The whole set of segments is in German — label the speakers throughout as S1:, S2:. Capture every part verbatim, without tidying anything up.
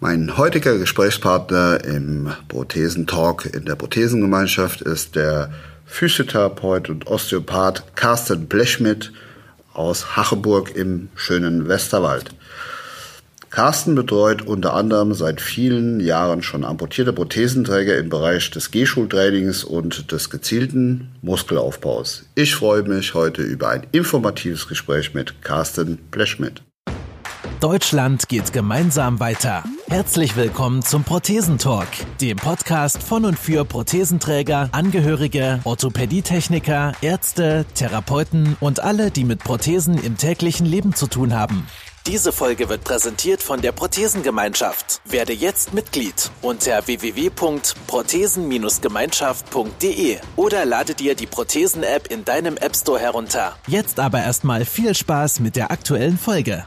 S1: Mein heutiger Gesprächspartner im Prothesentalk in der Prothesengemeinschaft ist der Physiotherapeut und Osteopath Carsten Blechschmidt aus Hachenburg im schönen Westerwald. Carsten betreut unter anderem seit vielen Jahren schon amputierte Prothesenträger im Bereich des Gehschultrainings und des gezielten Muskelaufbaus. Ich freue mich heute über ein informatives Gespräch mit Carsten Blechschmidt.
S2: Deutschland geht gemeinsam weiter. Herzlich willkommen zum Prothesentalk, dem Podcast von und für Prothesenträger, Angehörige, Orthopädietechniker, Ärzte, Therapeuten und alle, die mit Prothesen im täglichen Leben zu tun haben. Diese Folge wird präsentiert von der Prothesengemeinschaft. Werde jetzt Mitglied unter w w w punkt prothesen gemeinschaft punkt d e oder lade dir die Prothesen-App in deinem App Store herunter. Jetzt aber erstmal viel Spaß mit der aktuellen Folge.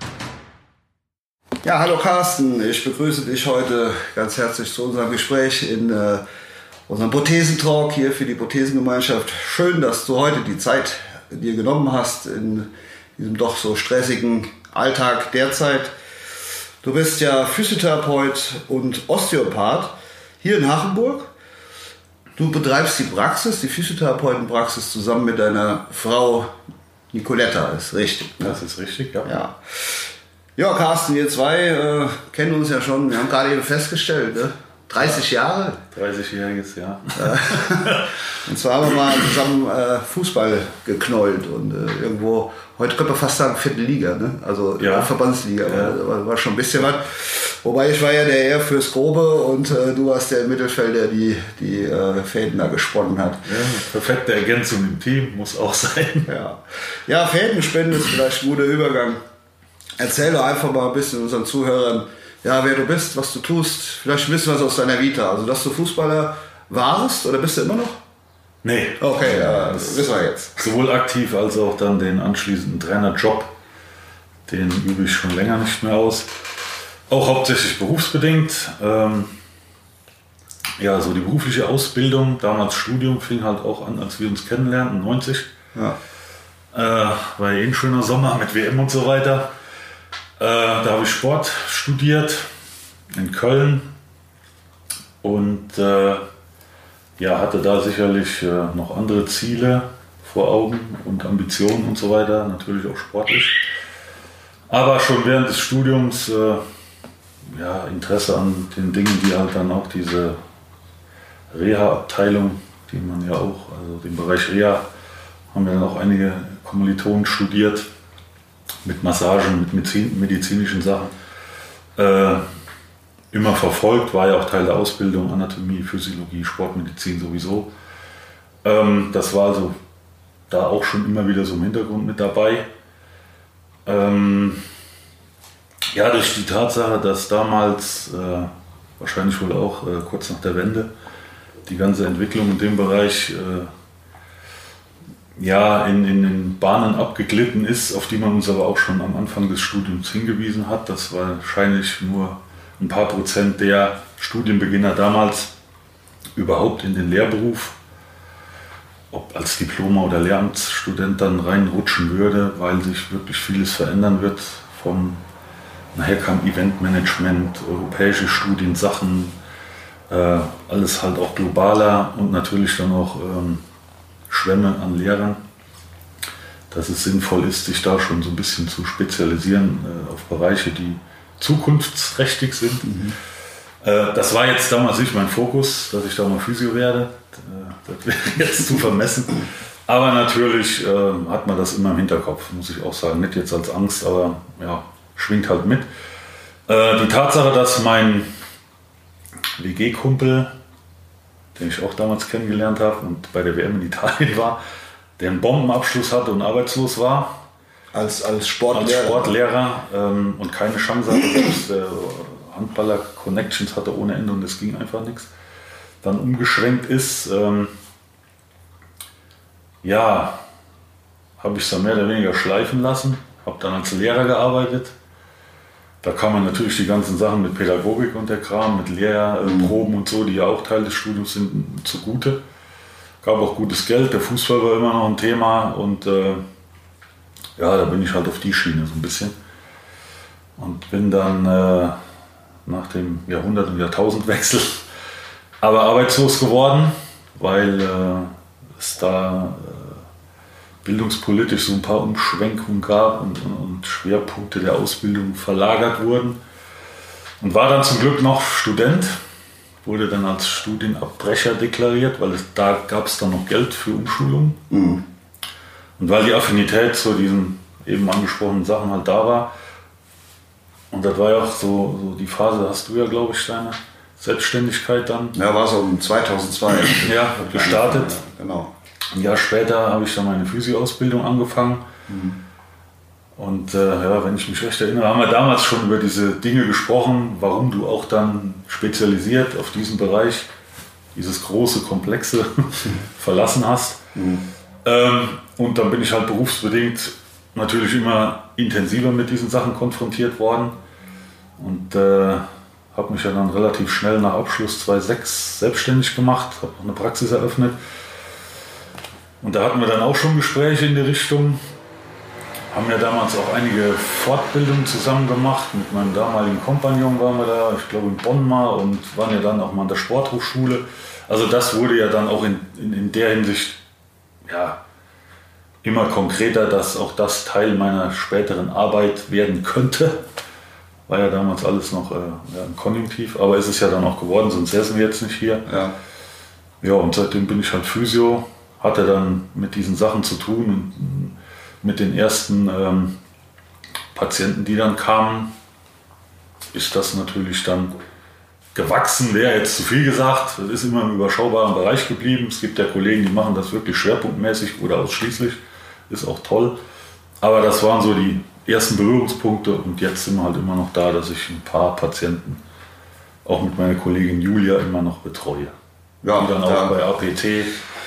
S1: Ja, hallo Carsten, ich begrüße dich heute ganz herzlich zu unserem Gespräch in äh, unserem Prothesentalk hier für die Prothesengemeinschaft. Schön, dass du heute die Zeit dir genommen hast in diesem doch so stressigen Alltag derzeit. Du bist ja Physiotherapeut und Osteopath hier in Hachenburg. Du betreibst die Praxis, die Physiotherapeutenpraxis zusammen mit deiner Frau Nicoletta, ist richtig?
S3: Ne? Das ist richtig, ja.
S1: Ja. Ja, Carsten, wir zwei äh, kennen uns ja schon, wir haben gerade eben festgestellt, ne? dreißig Jahre.
S3: dreißigjähriges Jahr.
S1: Und zwar haben wir mal zusammen äh, Fußball geknollt und äh, irgendwo, heute könnte man fast sagen vierte Liga, ne? Also
S3: ja.
S1: Verbandsliga,
S3: Ja.
S1: War, war schon ein bisschen was. Wobei ich war ja der eher fürs Grobe und äh, du warst der im Mittelfeld, der die, die äh, Fäden da gesponnen hat.
S3: Ja, perfekte Ergänzung im Team, muss auch sein.
S1: Ja, ja, Fädenspinnen ist vielleicht ein guter Übergang. Erzähl doch einfach mal ein bisschen unseren Zuhörern, ja, wer du bist, was du tust, vielleicht ein bisschen was aus deiner Vita. Also, dass du Fußballer warst oder bist du immer noch?
S3: Nee.
S1: Okay, ja, das wissen wir jetzt.
S3: Sowohl aktiv als auch dann den anschließenden Trainerjob, den übe ich schon länger nicht mehr aus. Auch hauptsächlich berufsbedingt. Ähm, ja, so die berufliche Ausbildung, damals Studium, fing halt auch an, als wir uns kennenlernten, neunzig.
S1: Ja.
S3: Äh, war ja eh ein schöner Sommer mit W M und so weiter. Äh, da habe ich Sport studiert in Köln und äh, ja, hatte da sicherlich äh, noch andere Ziele vor Augen und Ambitionen und so weiter, natürlich auch sportlich. Aber schon während des Studiums äh, ja, Interesse an den Dingen, die halt dann auch diese Reha-Abteilung, die man ja auch, also den Bereich Reha, haben wir dann auch einige Kommilitonen studiert. Mit Massagen, mit Medizin, medizinischen Sachen, äh, immer verfolgt, war ja auch Teil der Ausbildung, Anatomie, Physiologie, Sportmedizin sowieso. Ähm, das war also da auch schon immer wieder so im Hintergrund mit dabei. Ähm, ja, durch die Tatsache, dass damals, äh, wahrscheinlich wohl auch äh, kurz nach der Wende, die ganze Entwicklung in dem Bereich äh, ja, in, in den Bahnen abgeglitten ist, auf die man uns aber auch schon am Anfang des Studiums hingewiesen hat. Das war wahrscheinlich nur ein paar Prozent der Studienbeginner damals überhaupt in den Lehrberuf, ob als Diploma- oder Lehramtsstudent dann reinrutschen würde, weil sich wirklich vieles verändern wird. Vom, nachher kam Eventmanagement, europäische Studiensachen, äh, alles halt auch globaler und natürlich dann auch ähm, Schwämme an Lehrern, dass es sinnvoll ist, sich da schon so ein bisschen zu spezialisieren äh, auf Bereiche, die zukunftsträchtig sind. Mhm. Äh, das war jetzt damals nicht mein Fokus, dass ich da mal Physio werde. Äh, das wäre jetzt zu vermessen. Aber natürlich äh, hat man das immer im Hinterkopf, muss ich auch sagen. Nicht jetzt als Angst, aber ja, schwingt halt mit. Äh, die Tatsache, dass mein W G-Kumpel, den ich auch damals kennengelernt habe und bei der W M in Italien war, der einen Bombenabschluss hatte und arbeitslos war.
S1: Als, als Sportlehrer?
S3: Als Sportlehrer ähm, und keine Chance hatte, selbst äh, Handballer-Connections hatte ohne Ende und es ging einfach nichts. Dann umgeschwenkt ist, ähm, ja, habe ich es dann mehr oder weniger schleifen lassen, habe dann als Lehrer gearbeitet. Da kann man natürlich die ganzen Sachen mit Pädagogik und der Kram, mit Lehrproben und so, die ja auch Teil des Studiums sind, zugute. Gab auch gutes Geld, der Fußball war immer noch ein Thema und äh, ja, da bin ich halt auf die Schiene so ein bisschen. Und bin dann äh, nach dem Jahrhundert- und Jahrtausendwechsel, aber arbeitslos geworden, weil äh, es da äh, bildungspolitisch so ein paar Umschwenkungen gab und, und, und Schwerpunkte der Ausbildung verlagert wurden. Und war dann zum Glück noch Student, wurde dann als Studienabbrecher deklariert, weil es, da gab es dann noch Geld für Umschulung. Mhm. Und weil die Affinität zu diesen eben angesprochenen Sachen halt da war. Und das war ja auch so, so die Phase, hast du ja, glaube ich, deine Selbstständigkeit dann.
S1: Ja, war so um zweitausendzwei.
S3: Ja, gestartet.
S1: Ja, genau.
S3: Ein Jahr später habe ich dann meine Physio-Ausbildung angefangen. Mhm. Und äh, ja, wenn ich mich recht erinnere, haben wir damals schon über diese Dinge gesprochen, warum du auch dann spezialisiert auf diesen Bereich, dieses große, komplexe verlassen hast. Mhm. Ähm, und dann bin ich halt berufsbedingt natürlich immer intensiver mit diesen Sachen konfrontiert worden und äh, habe mich ja dann relativ schnell nach Abschluss zweitausendsechs selbstständig gemacht, habe eine Praxis eröffnet. Und da hatten wir dann auch schon Gespräche in die Richtung. Haben ja damals auch einige Fortbildungen zusammen gemacht. Mit meinem damaligen Kompagnon waren wir da, ich glaube in Bonn mal, und waren ja dann auch mal an der Sporthochschule. Also das wurde ja dann auch in, in, in der Hinsicht ja, immer konkreter, dass auch das Teil meiner späteren Arbeit werden könnte. War ja damals alles noch äh, ja, im Konjunktiv, aber ist es ja dann auch geworden, sonst säßen wir jetzt nicht hier. Ja. Ja, und seitdem bin ich halt Physio, hatte dann mit diesen Sachen zu tun und mit den ersten ähm, Patienten, die dann kamen, ist das natürlich dann gewachsen, wäre jetzt zu viel gesagt. Das ist immer im überschaubaren Bereich geblieben. Es gibt ja Kollegen, die machen das wirklich schwerpunktmäßig oder ausschließlich. Ist auch toll. Aber das waren so die ersten Berührungspunkte und jetzt sind wir halt immer noch da, dass ich ein paar Patienten auch mit meiner Kollegin Julia immer noch betreue.
S1: Ja,
S3: die dann auch
S1: ja.
S3: bei A P T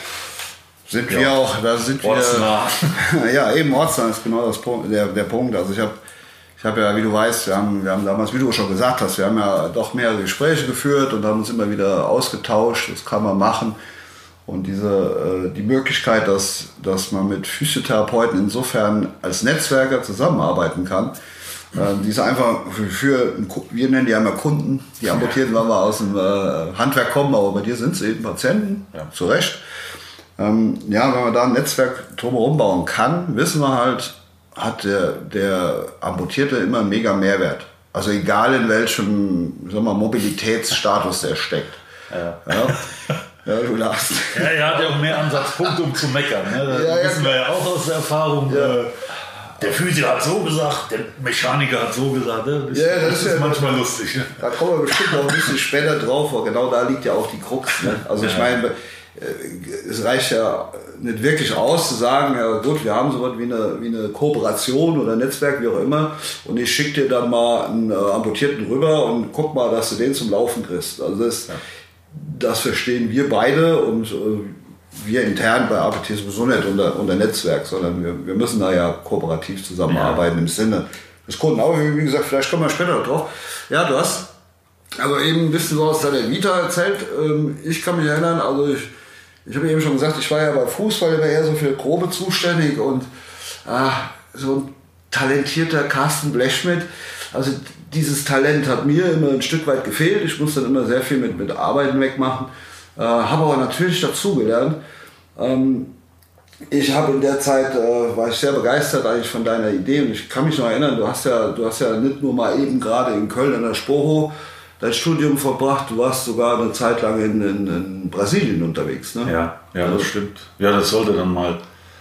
S1: sind
S3: ja,
S1: wir auch, da sind
S3: ortsnah.
S1: wir, ja eben ortsnah ist genau das Punkt, der, der Punkt. Also ich habe ich hab ja, wie du weißt, wir haben, wir haben damals, wie du schon gesagt hast, wir haben ja doch mehrere Gespräche geführt und haben uns immer wieder ausgetauscht, das kann man machen. Und diese, äh, die Möglichkeit, dass, dass man mit Physiotherapeuten insofern als Netzwerker zusammenarbeiten kann, äh, die ist einfach für, für, wir nennen die einmal Kunden, die Amputierten, weil wir aus dem äh, Handwerk kommen, aber bei dir sind es eben Patienten, ja. Zu Recht. Ähm, ja, wenn man da ein Netzwerk drumherum bauen kann, wissen wir halt, hat der, der Amputierte immer einen mega Mehrwert. Also egal in welchem, sagen wir, Mobilitätsstatus der steckt. Ja. Ja. Ja, du lachst.
S3: Ja, er hat ja auch mehr Ansatzpunkte, um zu meckern. Ne? Das ja, wissen ja, wir ja auch aus der Erfahrung. Ja. Der Physio hat so gesagt, der Mechaniker hat so gesagt. Ne? Das,
S1: ja, das,
S3: das
S1: ist,
S3: ist
S1: ja,
S3: manchmal lustig. Ne?
S1: Da kommen wir bestimmt noch ein bisschen später drauf, weil genau da liegt ja auch die Krux. Ne? Also ich meine, es reicht ja nicht wirklich aus zu sagen, ja gut, wir haben so was wie eine, wie eine Kooperation oder ein Netzwerk, wie auch immer, und ich schicke dir dann mal einen äh, Amputierten rüber und guck mal, dass du den zum Laufen kriegst. Also das, ja. das verstehen wir beide und äh, wir intern bei A P T sowieso nicht unter, unter Netzwerk, sondern wir, wir müssen da ja kooperativ zusammenarbeiten ja. im Sinne des Kunden. Aber wie gesagt, vielleicht kommen wir später noch drauf. Ja, du hast also eben ein bisschen so aus deiner Vita erzählt. Ich kann mich erinnern, also ich Ich habe eben schon gesagt, ich war ja bei Fußball immer eher so für Grobe zuständig und ah, so ein talentierter Carsten Blechschmidt, also dieses Talent hat mir immer ein Stück weit gefehlt. Ich musste dann immer sehr viel mit, mit Arbeiten wegmachen, äh, habe aber natürlich dazugelernt. Ähm, ich habe in der Zeit, äh, war ich sehr begeistert eigentlich von deiner Idee und ich kann mich noch erinnern, du hast ja, du hast ja nicht nur mal eben gerade in Köln an der Sporo dein Studium verbracht, du warst sogar eine Zeit lang in, in, in Brasilien unterwegs, ne?
S3: Ja, ja, das stimmt. Ja, das sollte dann mal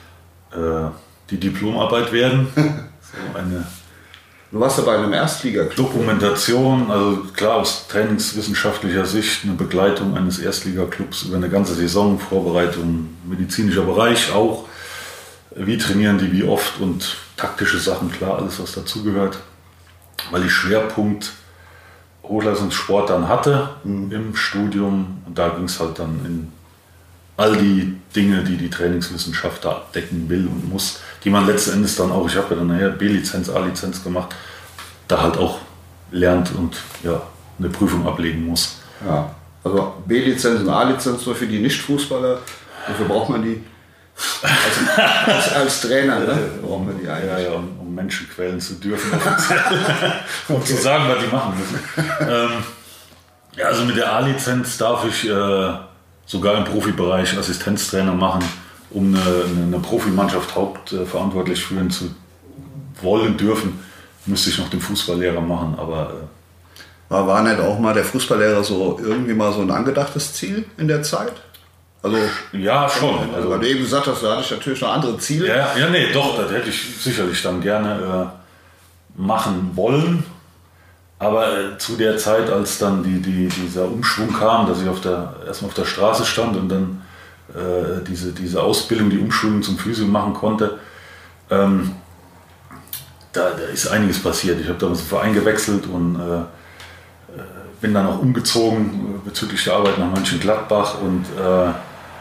S3: äh, die Diplomarbeit werden. So eine
S1: du warst ja bei einem Erstligaklub.
S3: Dokumentation, also klar aus trainingswissenschaftlicher Sicht eine Begleitung eines Erstligaklubs über eine ganze Saison, Vorbereitung, medizinischer Bereich auch. Wie trainieren die, wie oft und taktische Sachen, klar, alles was dazugehört. Weil ich Schwerpunkt Hochleistungssport dann hatte mhm. im Studium und da ging es halt dann in all die Dinge, die die Trainingswissenschaft da abdecken will und muss, die man letzten Endes dann auch, ich habe ja dann nachher B-Lizenz, A-Lizenz gemacht, da halt auch lernt und ja, eine Prüfung ablegen muss.
S1: Ja, also B-Lizenz und A-Lizenz nur für die Nicht-Fußballer, wofür braucht man die? Also, als, als Trainer, ne? Brauchen wir die eigentlich.
S3: Ja, ja, um, um Menschen quälen zu dürfen, offiziell. um okay. zu sagen, was die machen müssen. ähm, ja, also mit der A-Lizenz darf ich äh, sogar im Profibereich Assistenztrainer machen, um eine, eine Profimannschaft hauptverantwortlich führen zu wollen dürfen, müsste ich noch den Fußballlehrer machen, aber... Äh,
S1: war, war nicht auch mal der Fußballlehrer so irgendwie mal so ein angedachtes Ziel in der Zeit? Also,
S3: ja, schon.
S1: Also, weil du eben gesagt hast, da hatte ich natürlich noch andere Ziele.
S3: Ja, ja, nee, doch, das hätte ich sicherlich dann gerne äh, machen wollen. Aber äh, zu der Zeit, als dann die, die, dieser Umschwung kam, dass ich auf der, erstmal auf der Straße stand und dann äh, diese, diese Ausbildung, die Umschulung zum Physio machen konnte, ähm, da, da ist einiges passiert. Ich habe damals einen Verein gewechselt und äh, bin dann auch umgezogen bezüglich der Arbeit nach Mönchengladbach und äh,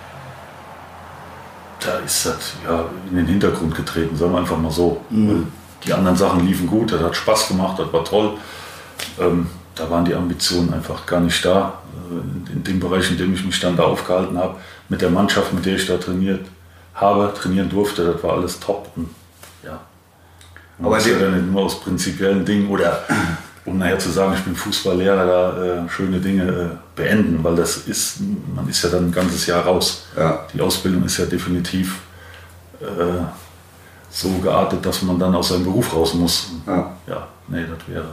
S3: da ist das ja in den Hintergrund getreten, sagen wir einfach mal so. Mhm. Weil die anderen Sachen liefen gut, das hat Spaß gemacht, das war toll. Ähm, da waren die Ambitionen einfach gar nicht da. Äh, in dem Bereich, in dem ich mich dann da aufgehalten habe, mit der Mannschaft, mit der ich da trainiert habe, trainieren durfte, das war alles top. Und, ja. Man aber ja dann nicht nur aus prinzipiellen Dingen oder um nachher zu sagen, ich bin Fußballlehrer, da äh, schöne Dinge äh, beenden, weil das ist, man ist ja dann ein ganzes Jahr raus. Ja. Die Ausbildung ist ja definitiv äh, so geartet, dass man dann aus seinem Beruf raus muss. Ja, ja, nee, das wäre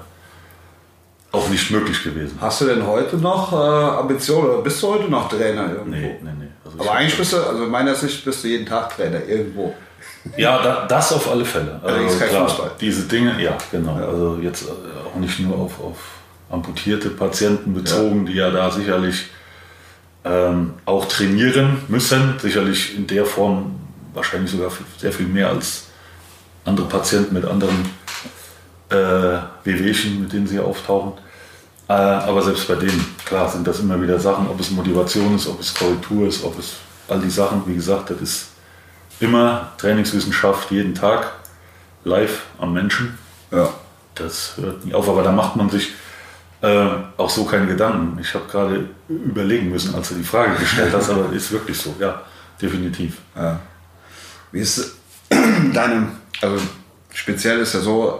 S3: auch nicht möglich gewesen.
S1: Hast du denn heute noch äh, Ambitionen oder bist du heute noch Trainer irgendwo?
S3: Nee, nee, nee. Also
S1: aber eigentlich bist du, also in meiner Sicht bist du jeden Tag Trainer irgendwo.
S3: Ja, da, das auf alle Fälle.
S1: Also kein
S3: klar,
S1: Fußball.
S3: Diese Dinge, ja, genau. Ja. Also jetzt auch nicht nur auf, auf amputierte Patienten bezogen, ja. die ja da sicherlich ähm, auch trainieren müssen. Sicherlich in der Form wahrscheinlich sogar sehr viel mehr als andere Patienten mit anderen äh, Wehwehchen, mit denen sie auftauchen. Äh, aber selbst bei denen, klar, sind das immer wieder Sachen, ob es Motivation ist, ob es Korrektur ist, ob es all die Sachen, wie gesagt, das ist immer Trainingswissenschaft, jeden Tag, live am Menschen. Ja. Das hört nie auf, aber da macht man sich äh, auch so keine Gedanken. Ich habe gerade überlegen müssen, als du die Frage gestellt hast, aber ist wirklich so, ja, definitiv.
S1: Ja. Wie ist deine, also speziell ist ja so,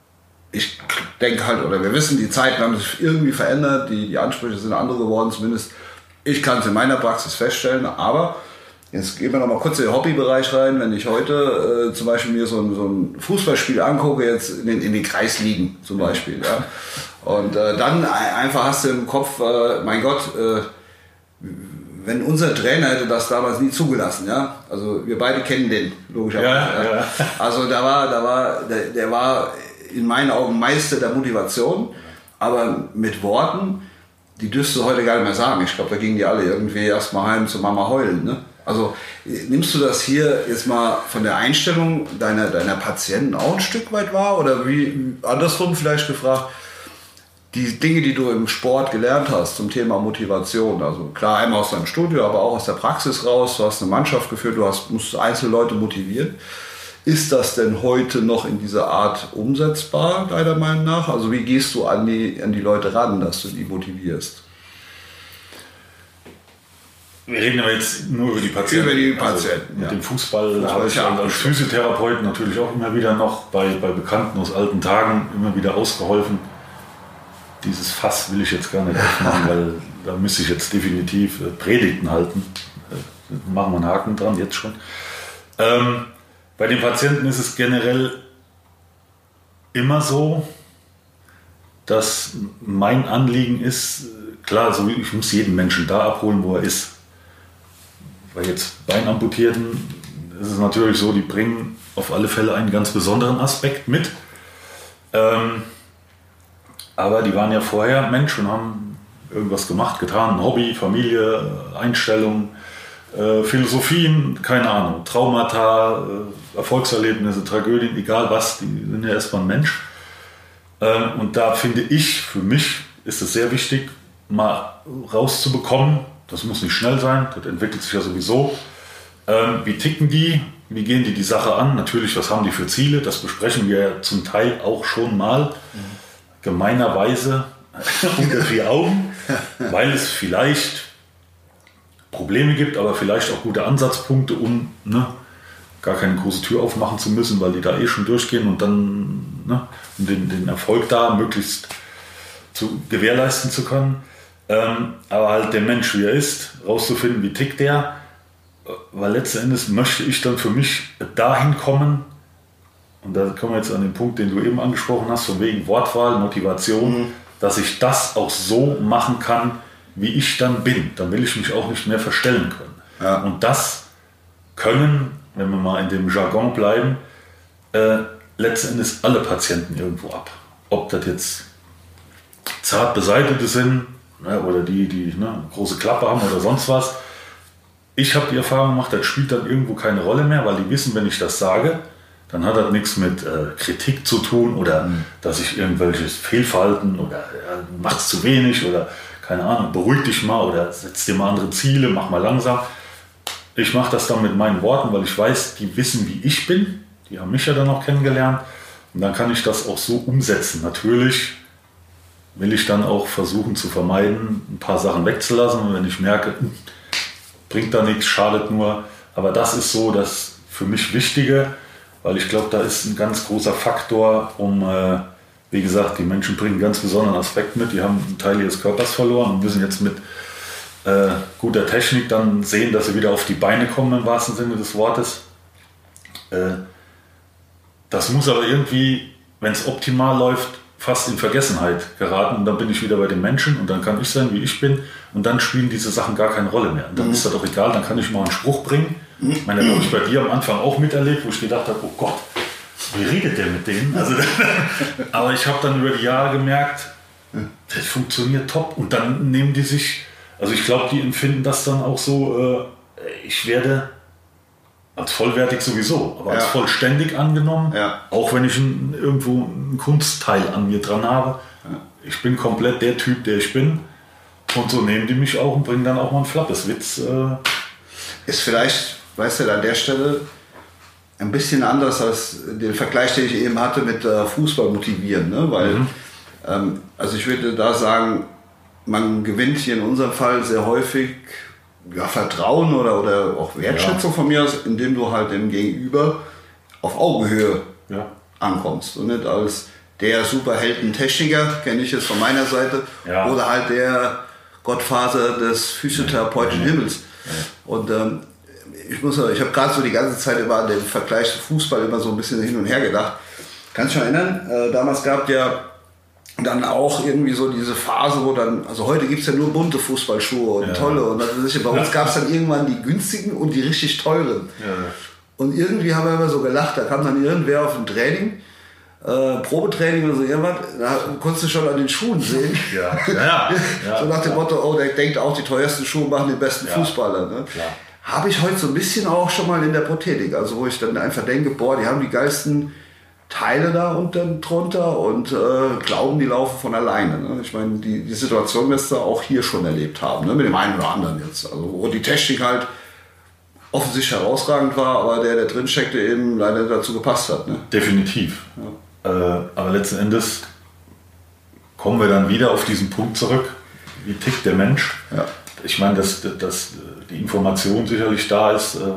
S1: ich denke halt, oder wir wissen, die Zeiten haben sich irgendwie verändert, die, die Ansprüche sind andere geworden, zumindest ich kann es in meiner Praxis feststellen, aber jetzt gehen wir noch mal kurz in den Hobbybereich rein. Wenn ich heute äh, zum Beispiel mir so ein, so ein Fußballspiel angucke, jetzt in den, in den Kreisligen zum Beispiel, ja, und äh, dann einfach hast du im Kopf, äh, mein Gott, äh, wenn unser Trainer hätte das damals nie zugelassen, ja, also wir beide kennen den, logischerweise. Ja, ja. Ja. Also da war, da war, der, der war in meinen Augen Meister der Motivation, aber mit Worten, die dürfst du heute gar nicht mehr sagen. Ich glaube, da gingen die alle irgendwie erstmal heim zu Mama heulen, ne? Also nimmst du das hier jetzt mal von der Einstellung deiner, deiner Patienten auch ein Stück weit wahr? Oder wie andersrum vielleicht gefragt, die Dinge, die du im Sport gelernt hast zum Thema Motivation, also klar einmal aus deinem Studio, aber auch aus der Praxis raus, du hast eine Mannschaft geführt, du hast, musst einzelne Leute motivieren. Ist das denn heute noch in dieser Art umsetzbar, deiner Meinung nach? Also wie gehst du an die, an die Leute ran, dass du die motivierst?
S3: Wir reden aber jetzt nur über die Patienten.
S1: Über die Patienten,
S3: also mit
S1: ja.
S3: dem Fußball,
S1: ja,
S3: als,
S1: ja
S3: als Physiotherapeut natürlich auch immer wieder noch bei, bei Bekannten aus alten Tagen immer wieder ausgeholfen. Dieses Fass will ich jetzt gar nicht aufmachen, weil da müsste ich jetzt definitiv äh, Predigten halten. Äh, machen wir einen Haken dran, jetzt schon. Ähm, bei den Patienten ist es generell immer so, dass mein Anliegen ist, klar, so ich muss jeden Menschen da abholen, wo er ist. Bei jetzt Beinamputierten ist es natürlich so, die bringen auf alle Fälle einen ganz besonderen Aspekt mit. Ähm, aber die waren ja vorher Mensch und haben irgendwas gemacht, getan, Hobby, Familie, Einstellung, äh, Philosophien, keine Ahnung, Traumata, äh, Erfolgserlebnisse, Tragödien, egal was, die sind ja erstmal ein Mensch. Ähm, und da finde ich, für mich ist es sehr wichtig, mal rauszubekommen, das muss nicht schnell sein, das entwickelt sich ja sowieso. Ähm, wie ticken die? Wie gehen die die Sache an? Natürlich, was haben die für Ziele? Das besprechen wir ja zum Teil auch schon mal. Mhm. Gemeinerweise unter vier Augen, weil es vielleicht Probleme gibt, aber vielleicht auch gute Ansatzpunkte, um ne, gar keine große Tür aufmachen zu müssen, weil die da eh schon durchgehen und dann ne, um den, den Erfolg da möglichst zu gewährleisten zu können. Ähm, aber halt der Mensch, wie er ist, rauszufinden, wie tickt der, weil letzten Endes möchte ich dann für mich dahin kommen, und da kommen wir jetzt an den Punkt, den du eben angesprochen hast, von wegen Wortwahl, Motivation, mhm. dass ich das auch so machen kann, wie ich dann bin. Dann will ich mich auch nicht mehr verstellen können. Ja. Und das können, wenn wir mal in dem Jargon bleiben, äh, letzten Endes alle Patienten irgendwo ab. Ob das jetzt zart beseitete sind, ne, oder die, die ne, große Klappe haben oder sonst was. Ich habe die Erfahrung gemacht, das spielt dann irgendwo keine Rolle mehr, weil die wissen, wenn ich das sage, dann hat das nichts mit äh, Kritik zu tun oder mhm. dass ich irgendwelches Fehlverhalten oder äh, mach's zu wenig oder keine Ahnung, beruhig dich mal oder setz dir mal andere Ziele, mach mal langsam. Ich mache das dann mit meinen Worten, weil ich weiß, die wissen, wie ich bin. Die haben mich ja dann auch kennengelernt. Und dann kann ich das auch so umsetzen. Natürlich will ich dann auch versuchen zu vermeiden, ein paar Sachen wegzulassen. Und wenn ich merke, bringt da nichts, schadet nur. Aber das ist so das für mich Wichtige, weil ich glaube, da ist ein ganz großer Faktor, um, äh, wie gesagt, die Menschen bringen einen ganz besonderen Aspekt mit. Die haben einen Teil ihres Körpers verloren und müssen jetzt mit äh, guter Technik dann sehen, dass sie wieder auf die Beine kommen, im wahrsten Sinne des Wortes. Äh, das muss aber irgendwie, wenn es optimal läuft, fast in Vergessenheit geraten und dann bin ich wieder bei den Menschen und dann kann ich sein, wie ich bin und dann spielen diese Sachen gar keine Rolle mehr. Und dann mhm. ist das doch egal, dann kann ich mal einen Spruch bringen. Mhm. Ich meine, das habe ich bei dir am Anfang auch miterlebt, wo ich gedacht habe, oh Gott, wie redet der mit denen? Also, aber ich habe dann über die Jahre gemerkt, das funktioniert top und dann nehmen die sich, also ich glaube, die empfinden das dann auch so, äh, ich werde als vollwertig sowieso, aber ja. als vollständig angenommen, ja. auch wenn ich ein, irgendwo einen Kunstteil an mir dran habe. Ja. Ich bin komplett der Typ, der ich bin. Und so nehmen die mich auch und bringen dann auch mal einen Flappeswitz. Äh.
S1: Ist vielleicht, weißt du, an der Stelle ein bisschen anders als den Vergleich, den ich eben hatte mit äh, Fußball motivieren. Ne? Weil, mhm. ähm, also ich würde da sagen, man gewinnt hier in unserem Fall sehr häufig ja, Vertrauen oder, oder auch Wertschätzung ja. von mir aus, indem du halt dem Gegenüber auf Augenhöhe ja. ankommst und nicht als der Superhelden-Techniker, kenne ich es von meiner Seite, ja. oder halt der Gottvater des physiotherapeutischen ja. Himmels. Ja. Und ähm, ich muss, ich habe gerade so die ganze Zeit immer an den Vergleich zu Fußball immer so ein bisschen hin und her gedacht. Kannst du dich erinnern? Äh, damals gab ja dann auch irgendwie so diese Phase, wo dann, also heute gibt es ja nur bunte Fußballschuhe und ja. tolle. Und dann, bei uns gab es dann irgendwann die günstigen und die richtig teuren. Ja. Und irgendwie haben wir immer so gelacht, da kam dann irgendwer auf ein Training, äh, Probetraining oder so irgendwas, da konntest du schon an den Schuhen sehen. Ja. Ja, ja. Ja. So nach dem Motto, oh, der denkt auch, die teuersten Schuhe machen den besten ja. Fußballer. Ne? Habe ich heute so ein bisschen auch schon mal in der Prothetik, also wo ich dann einfach denke, boah, die haben die geilsten Teile da und dann drunter und äh, glauben, die laufen von alleine. Ne? Ich meine, die, die Situation wirst du auch hier schon erlebt haben, ne? Mit dem einen oder anderen jetzt. Also, wo die Technik halt offensichtlich herausragend war, aber der, der drin steckte, eben leider dazu gepasst hat. Ne?
S3: Definitiv. Ja. Äh, aber letzten Endes kommen wir dann wieder auf diesen Punkt zurück. Wie tickt der Mensch? Ja. Ich meine, dass, dass die Information sicherlich da ist, äh,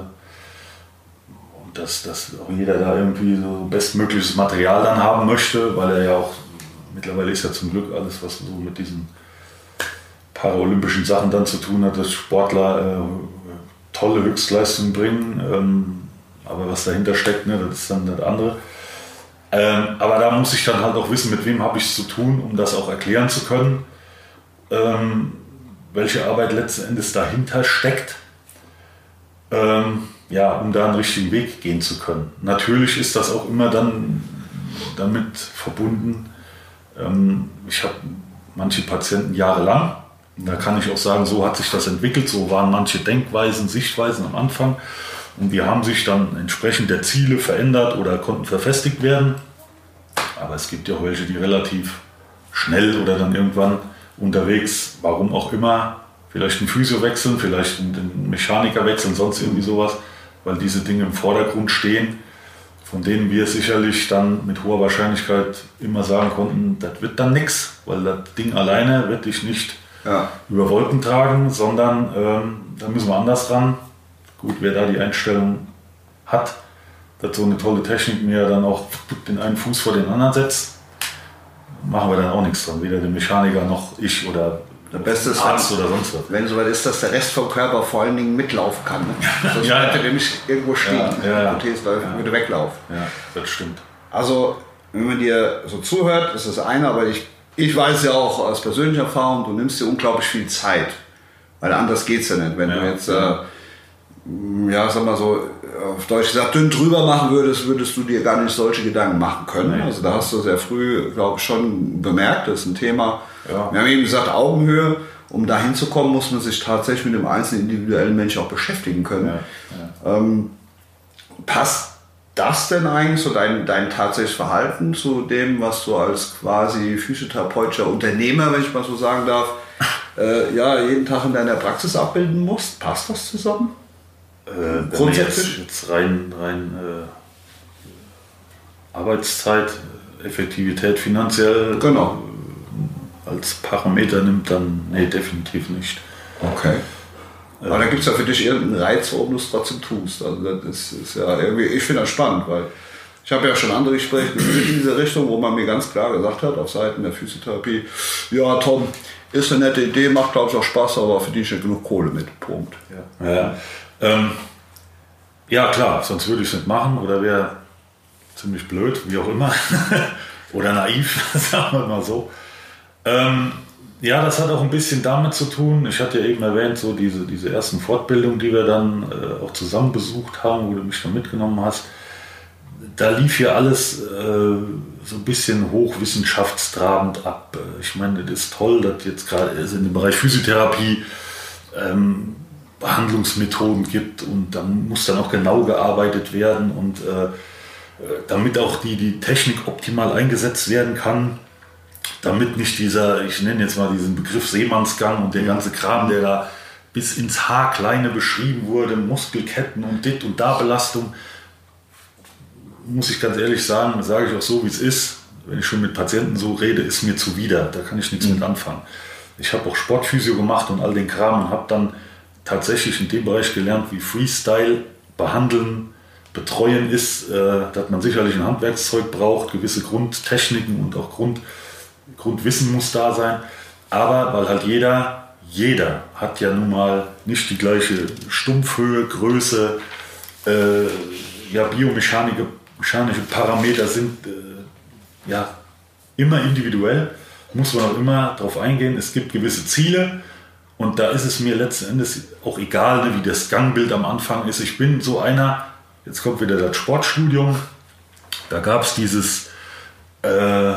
S3: Dass, dass auch jeder da irgendwie so bestmögliches Material dann haben möchte, weil er ja auch, mittlerweile ist ja zum Glück alles, was so mit diesen paralympischen Sachen dann zu tun hat, dass Sportler äh, tolle Höchstleistungen bringen, ähm, aber was dahinter steckt, ne, das ist dann das andere. Ähm, aber da muss ich dann halt auch wissen, mit wem habe ich es zu tun, um das auch erklären zu können, ähm, welche Arbeit letzten Endes dahinter steckt. Ähm, ja, um da einen richtigen Weg gehen zu können. Natürlich ist das auch immer dann damit verbunden, ähm, ich habe manche Patienten jahrelang, da kann ich auch sagen, so hat sich das entwickelt, so waren manche Denkweisen, Sichtweisen am Anfang und die haben sich dann entsprechend der Ziele verändert oder konnten verfestigt werden. Aber es gibt ja auch welche, die relativ schnell oder dann irgendwann unterwegs, warum auch immer, vielleicht einen Physio wechseln, vielleicht einen Mechaniker wechseln, sonst irgendwie sowas, weil diese Dinge im Vordergrund stehen, von denen wir sicherlich dann mit hoher Wahrscheinlichkeit immer sagen konnten, das wird dann nichts, weil das Ding alleine wird dich nicht
S1: ja.
S3: über Wolken tragen, sondern ähm, da müssen wir anders ran. Gut, wer da die Einstellung hat, dass so eine tolle Technik mir dann auch den einen Fuß vor den anderen setzt, machen wir dann auch nichts dran. Weder der Mechaniker noch ich oder
S1: der Beste ist,
S3: Arzt oder sonst was.
S1: Wenn soweit ist, dass der Rest vom Körper vor allen Dingen mitlaufen kann. Ne? Sonst
S3: ja,
S1: könnte nämlich irgendwo stehen.
S3: Ja, ja, ja.
S1: Die Prothese läuft,
S3: ja.
S1: würde weglaufen.
S3: Ja, das stimmt.
S1: Also, wenn man dir so zuhört, ist das eine, aber ich, ich weiß ja auch aus persönlicher Erfahrung, du nimmst dir unglaublich viel Zeit. Weil anders geht es ja nicht. Wenn ja, du jetzt, ja. Äh, ja, sag mal so, auf Deutsch gesagt, dünn drüber machen würdest, würdest du dir gar nicht solche Gedanken machen können. Nein. Also da hast du sehr früh, glaube ich, schon bemerkt, das ist ein Thema. Ja. Wir haben eben gesagt, Augenhöhe. Um da hinzukommen, muss man sich tatsächlich mit dem einzelnen individuellen Menschen auch beschäftigen können. Ja, ja. Ähm, passt das denn eigentlich, so dein, dein tatsächliches Verhalten zu dem, was du als quasi physiotherapeutischer Unternehmer, wenn ich mal so sagen darf, äh, ja, jeden Tag in deiner Praxis abbilden musst? Passt das zusammen?
S3: Äh, Grundsätzlich? Jetzt, jetzt rein, rein äh, Arbeitszeit, Effektivität finanziell. Genau. Als Parameter nimmt, dann nee, definitiv nicht.
S1: Okay. Aber da gibt es ja für dich irgendeinen Reiz, warum du es trotzdem tust. Also das ist, ist ja irgendwie, ich finde das spannend, weil ich habe ja schon andere Gespräche in diese Richtung, wo man mir ganz klar gesagt hat, auf Seiten der Physiotherapie, ja Tom, ist eine nette Idee, macht glaube ich auch Spaß, aber verdiene ich nicht genug Kohle mit. Punkt.
S3: Ja, ja. Ähm, ja klar, sonst würde ich es nicht machen oder wäre ziemlich blöd, wie auch immer. Oder naiv, sagen wir mal so. Ähm, ja, das hat auch ein bisschen damit zu tun, ich hatte ja eben erwähnt, so diese, diese ersten Fortbildungen, die wir dann äh, auch zusammen besucht haben, wo du mich dann mitgenommen hast, da lief ja alles äh, so ein bisschen hochwissenschaftstrabend ab. Ich meine, das ist toll, dass jetzt gerade also in dem Bereich Physiotherapie ähm, Behandlungsmethoden gibt und dann muss dann auch genau gearbeitet werden und äh, damit auch die, die Technik optimal eingesetzt werden kann. Damit nicht dieser, ich nenne jetzt mal diesen Begriff Seemannsgang und der ganze Kram, der da bis ins Haarkleine beschrieben wurde, Muskelketten und dit und da Belastung, muss ich ganz ehrlich sagen, sage ich auch so, wie es ist, wenn ich schon mit Patienten so rede, ist mir zuwider, da kann ich nichts mhm. mit anfangen. Ich habe auch Sportphysio gemacht und all den Kram und habe dann tatsächlich in dem Bereich gelernt, wie Freestyle behandeln, betreuen ist, äh, dass man sicherlich ein Handwerkszeug braucht, gewisse Grundtechniken und auch Grund Grundwissen muss da sein, aber weil halt jeder, jeder hat ja nun mal nicht die gleiche Stumpfhöhe, Größe, äh, ja, biomechanische mechanische Parameter sind äh, ja immer individuell, muss man auch immer darauf eingehen, es gibt gewisse Ziele und da ist es mir letzten Endes auch egal, ne, wie das Gangbild am Anfang ist. Ich bin so einer, jetzt kommt wieder das Sportstudium, da gab es dieses äh,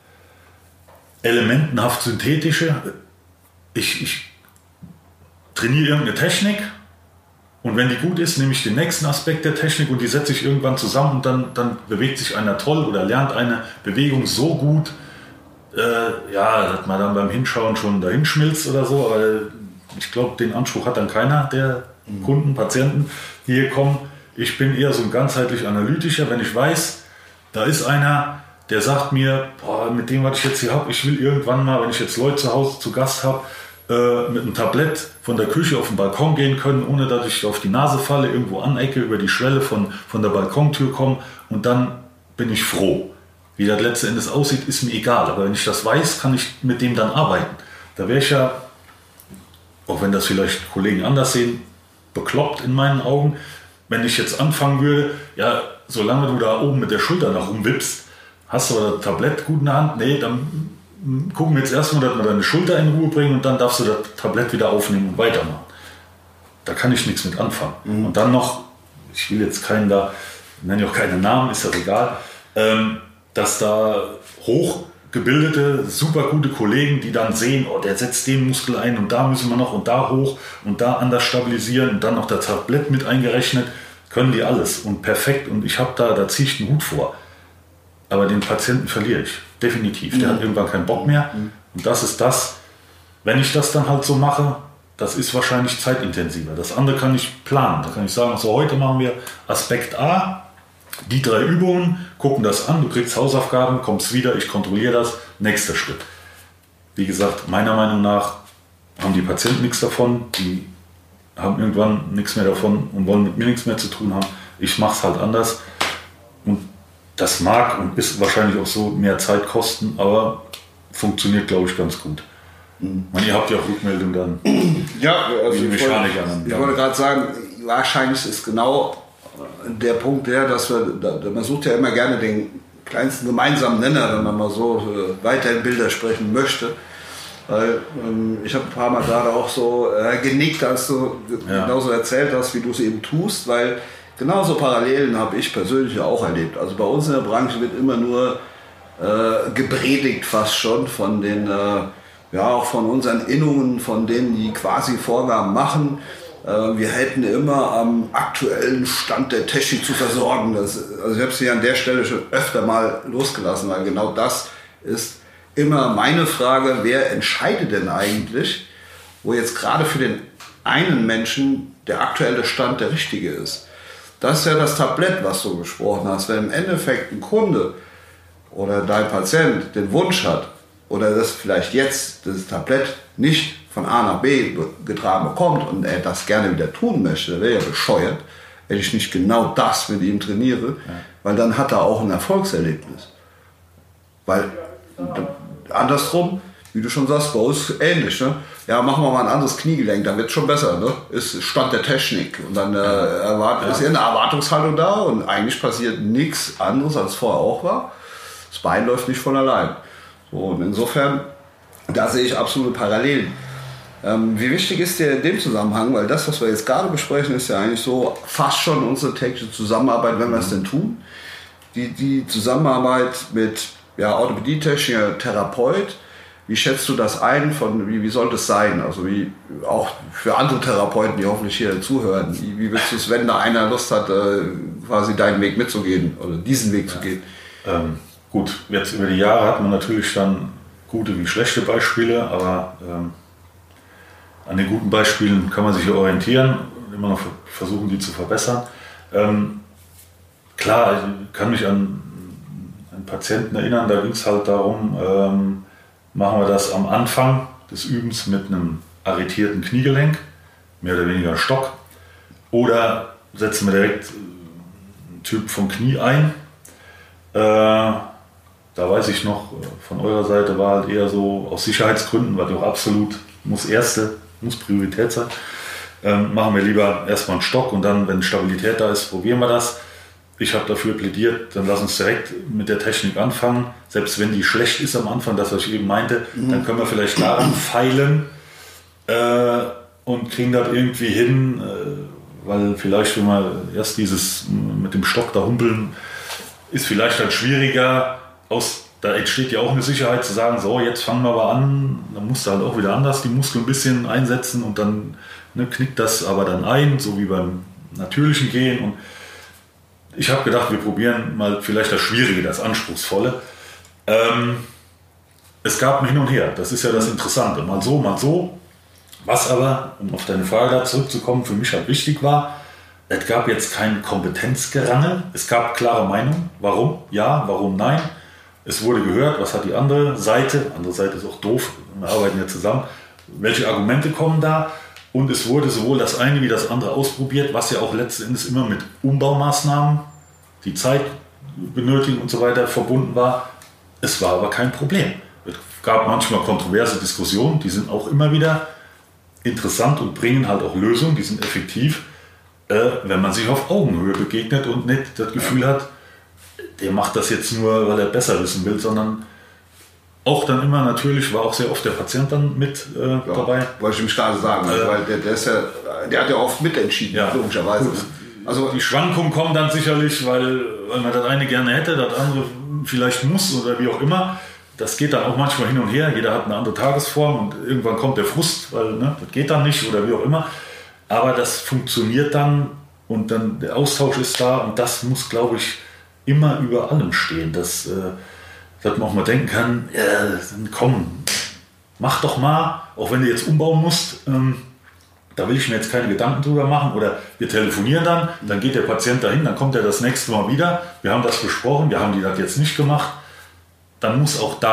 S3: elementenhaft synthetische. Ich, ich trainiere irgendeine Technik und wenn die gut ist, nehme ich den nächsten Aspekt der Technik und die setze ich irgendwann zusammen und dann, dann bewegt sich einer toll oder lernt eine Bewegung so gut, äh, ja, dass man dann beim Hinschauen schon dahin schmilzt oder so, aber ich glaube, den Anspruch hat dann keiner der Kunden, Patienten, die hier kommen. Ich bin eher so ein ganzheitlich analytischer, wenn ich weiß, da ist einer, der sagt mir, boah, mit dem, was ich jetzt hier habe, ich will irgendwann mal, wenn ich jetzt Leute zu Hause zu Gast habe, äh, mit einem Tablett von der Küche auf den Balkon gehen können, ohne dass ich auf die Nase falle, irgendwo anecke, über die Schwelle von, von der Balkontür komme und dann bin ich froh. Wie das letzten Endes aussieht, ist mir egal, aber wenn ich das weiß, kann ich mit dem dann arbeiten. Da wäre ich ja, auch wenn das vielleicht Kollegen anders sehen, bekloppt in meinen Augen, wenn ich jetzt anfangen würde, ja, solange du da oben mit der Schulter nach rumwippst, hast du das Tablett gut in der Hand? Nee, dann gucken wir jetzt erstmal, dass wir deine Schulter in Ruhe bringen und dann darfst du das Tablett wieder aufnehmen und weitermachen. Da kann ich nichts mit anfangen. Mhm. Und dann noch, ich will jetzt keinen da, nenne ich auch keine Namen, ist das egal, ähm, dass da hochgebildete, super gute Kollegen, die dann sehen, oh, der setzt den Muskel ein und da müssen wir noch und da hoch und da anders stabilisieren und dann noch das Tablett mit eingerechnet, können die alles und perfekt und ich habe da, da ziehe ich den Hut vor. Aber den Patienten verliere ich, definitiv. Der mhm. hat irgendwann keinen Bock mehr. Mhm. Und das ist das, wenn ich das dann halt so mache, das ist wahrscheinlich zeitintensiver. Das andere kann ich planen. Da kann ich sagen, so heute machen wir Aspekt A, die drei Übungen, gucken das an, du kriegst Hausaufgaben, kommst wieder, ich kontrolliere das, nächster Schritt. Wie gesagt, meiner Meinung nach haben die Patienten nichts davon, die haben irgendwann nichts mehr davon und wollen mit mir nichts mehr zu tun haben. Ich mache es halt anders und das mag und ist wahrscheinlich auch so mehr Zeit kosten, aber funktioniert, glaube ich, ganz gut. Mhm. Man, ihr habt ja auch Rückmeldung dann.
S1: Ja, also
S3: wie
S1: ich, wollte, ich wollte gerade sagen, wahrscheinlich ist genau der Punkt der, dass wir, man sucht ja immer gerne den kleinsten gemeinsamen Nenner, wenn man mal so weiter in Bilder sprechen möchte. Weil ähm, ich habe ein paar Mal gerade auch so äh, genickt, als du ja. genauso erzählt hast, wie du es eben tust, weil genauso Parallelen habe ich persönlich auch erlebt. Also bei uns in der Branche wird immer nur äh, gepredigt fast schon von den, äh, ja auch von unseren Innungen, von denen, die quasi Vorgaben machen. Äh, wir hätten immer am aktuellen Stand der Technik zu versorgen. Das, also ich habe es hier an der Stelle schon öfter mal losgelassen, weil genau das ist immer meine Frage, wer entscheidet denn eigentlich, wo jetzt gerade für den einen Menschen der aktuelle Stand der richtige ist. Das ist ja das Tablett, was du gesprochen hast. Wenn im Endeffekt ein Kunde oder dein Patient den Wunsch hat oder das vielleicht jetzt das Tablett nicht von A nach B getragen bekommt und er das gerne wieder tun möchte, dann wäre ja bescheuert, wenn ich nicht genau das mit ihm trainiere, ja. weil dann hat er auch ein Erfolgserlebnis. Weil andersrum, wie du schon sagst, bei uns ähnlich. Ne? Ja, machen wir mal ein anderes Kniegelenk, dann wird es schon besser. Ne? Ist Stand der Technik. Und dann äh, erwart- ja. ist ja eine Erwartungshaltung da und eigentlich passiert nichts anderes, als vorher auch war. Das Bein läuft nicht von allein. So, und insofern, da sehe ich absolute Parallelen. Ähm, wie wichtig ist dir in dem Zusammenhang, weil das, was wir jetzt gerade besprechen, ist ja eigentlich so fast schon unsere tägliche Zusammenarbeit, wenn wir es denn tun. Die, die Zusammenarbeit mit ja, Orthopädietechniker, Therapeut, wie schätzt du das ein? Von, wie, wie sollte es sein? Also wie auch für andere Therapeuten, die hoffentlich hier zuhören. Wie, wie willst du es, wenn da einer Lust hat, äh, quasi deinen Weg mitzugehen oder diesen Weg ja. zu gehen?
S3: Ähm, gut, jetzt über die Jahre hat man natürlich dann gute wie schlechte Beispiele, aber ähm, an den guten Beispielen kann man sich orientieren und immer noch versuchen, die zu verbessern. Ähm, klar, ich kann mich an einen Patienten erinnern, da ging es halt darum, ähm, machen wir das am Anfang des Übens mit einem arretierten Kniegelenk, mehr oder weniger Stock, oder setzen wir direkt einen Typ vom Knie ein. Äh, da weiß ich noch, von eurer Seite war halt eher so aus Sicherheitsgründen, weil doch absolut muss erste, muss Priorität sein. Ähm, machen wir lieber erstmal einen Stock und dann, wenn Stabilität da ist, probieren wir das. Ich habe dafür plädiert, dann lass uns direkt mit der Technik anfangen. Selbst wenn die schlecht ist am Anfang, das was ich eben meinte, mhm. dann können wir vielleicht daran feilen äh, und kriegen das irgendwie hin, äh, weil vielleicht, wenn wir erst dieses mit dem Stock da humpeln, ist vielleicht dann schwieriger. Aus, da entsteht ja auch eine Sicherheit zu sagen, so jetzt fangen wir aber an, dann musst du halt auch wieder anders die Muskeln ein bisschen einsetzen und dann ne, knickt das aber dann ein, so wie beim natürlichen Gehen. Und ich habe gedacht, wir probieren mal vielleicht das Schwierige, das Anspruchsvolle. Ähm, es gab ein Hin und Her, das ist ja das Interessante. Mal so, mal so. Was aber, um auf deine Frage da zurückzukommen, für mich halt wichtig war, es gab jetzt kein Kompetenzgerangel. Es gab klare Meinungen. Warum? Ja, warum nein? Es wurde gehört, was hat die andere Seite, andere Seite ist auch doof, wir arbeiten ja zusammen, welche Argumente kommen da? Und es wurde sowohl das eine wie das andere ausprobiert, was ja auch letzten Endes immer mit Umbaumaßnahmen, die Zeit benötigen und so weiter, verbunden war. Es war aber kein Problem. Es gab manchmal kontroverse Diskussionen, die sind auch immer wieder interessant und bringen halt auch Lösungen, die sind effektiv, äh, wenn man sich auf Augenhöhe begegnet und nicht das Gefühl hat, der macht das jetzt nur, weil er besser wissen will, sondern auch dann immer natürlich, war auch sehr oft der Patient dann mit äh, ja, dabei.
S1: Wollte ich mich gerade sagen, äh, weil der, der, ist ja, der hat ja oft mitentschieden, ja, logischerweise. Gut.
S3: Also die Schwankungen kommen dann sicherlich, weil, weil man das eine gerne hätte, das andere vielleicht muss oder wie auch immer. Das geht dann auch manchmal hin und her, jeder hat eine andere Tagesform und irgendwann kommt der Frust, weil ne, das geht dann nicht oder wie auch immer. Aber das funktioniert dann und dann der Austausch ist da und das muss, glaube ich, immer über allem stehen, dass, äh, dass man auch mal denken kann, ja, dann komm, mach doch mal, auch wenn du jetzt umbauen musst, ähm, da will ich mir jetzt keine Gedanken drüber machen oder wir telefonieren dann, dann geht der Patient dahin, dann kommt er das nächste Mal wieder, wir haben das besprochen, wir haben die das jetzt nicht gemacht, dann muss auch da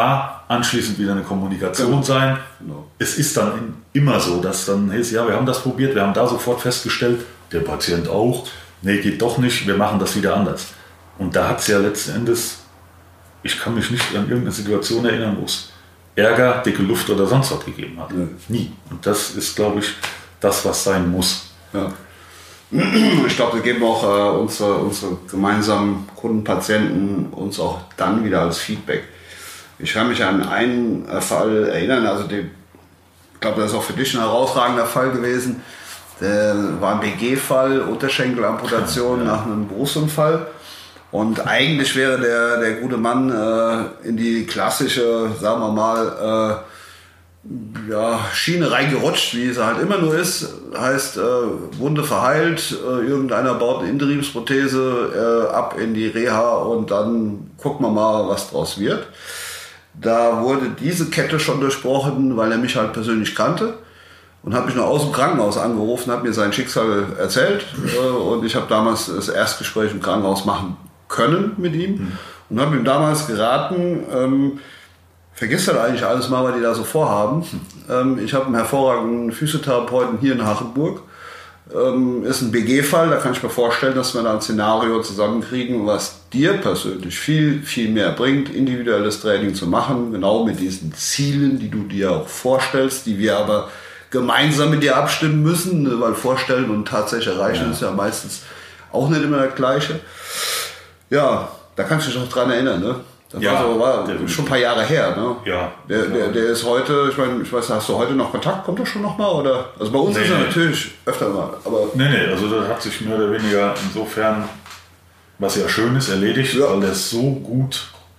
S3: anschließend wieder eine Kommunikation genau. sein.
S1: Genau.
S3: Es ist dann in, immer so, dass dann heißt, ja, wir haben das probiert, wir haben da sofort festgestellt, der Patient auch, nee, geht doch nicht, wir machen das wieder anders. Und da hat es ja letzten Endes, ich kann mich nicht an irgendeine Situation erinnern, wo es Ärger, dicke Luft oder sonst was gegeben hat.
S1: Ja.
S3: Nie. Und das ist, glaube ich, das, was sein muss.
S1: Ja. Ich glaube, wir geben auch äh, unsere, unsere gemeinsamen Kunden, Patienten uns auch dann wieder als Feedback. Ich kann mich an einen Fall erinnern, also die, ich glaube, das ist auch für dich ein herausragender Fall gewesen. Der war ein B G-Fall, Unterschenkelamputation ja. nach einem Berufsunfall. Und eigentlich wäre der, der gute Mann äh, in die klassische, sagen wir mal, äh, ja, Schiene reingerutscht, wie es halt immer nur ist. Heißt, äh, Wunde verheilt, äh, irgendeiner baut eine Interimsprothese äh, ab in die Reha und dann gucken wir mal, was draus wird. Da wurde diese Kette schon durchbrochen, weil er mich halt persönlich kannte. Und hat mich noch aus dem Krankenhaus angerufen, hat mir sein Schicksal erzählt. Äh, und ich habe damals das Erstgespräch im Krankenhaus machen können mit ihm. Mhm. Und habe ihm damals geraten, ähm, vergiss halt eigentlich alles mal, was die da so vorhaben. Mhm. Ähm, ich habe einen hervorragenden Physiotherapeuten hier in Hachenburg. Ähm, ist ein B G-Fall, da kann ich mir vorstellen, dass wir da ein Szenario zusammenkriegen, was dir persönlich viel, viel mehr bringt, individuelles Training zu machen, genau mit diesen Zielen, die du dir auch vorstellst, die wir aber gemeinsam mit dir abstimmen müssen, weil vorstellen und tatsächlich erreichen ja. ist ja meistens auch nicht immer das Gleiche. Ja, da kannst du dich noch dran erinnern, ne? Das
S3: ja,
S1: war, so, war schon ein paar Jahre her, ne?
S3: Ja.
S1: Der, der, der ist heute, ich meine, ich weiß, hast du heute noch Kontakt? Kommt er schon noch mal? Oder? Also bei uns nee, ist er nee. natürlich öfter mal. Aber
S3: nee, nee, also das hat sich mehr oder weniger insofern, was ja schön ist, erledigt, ja. weil der ist so gut,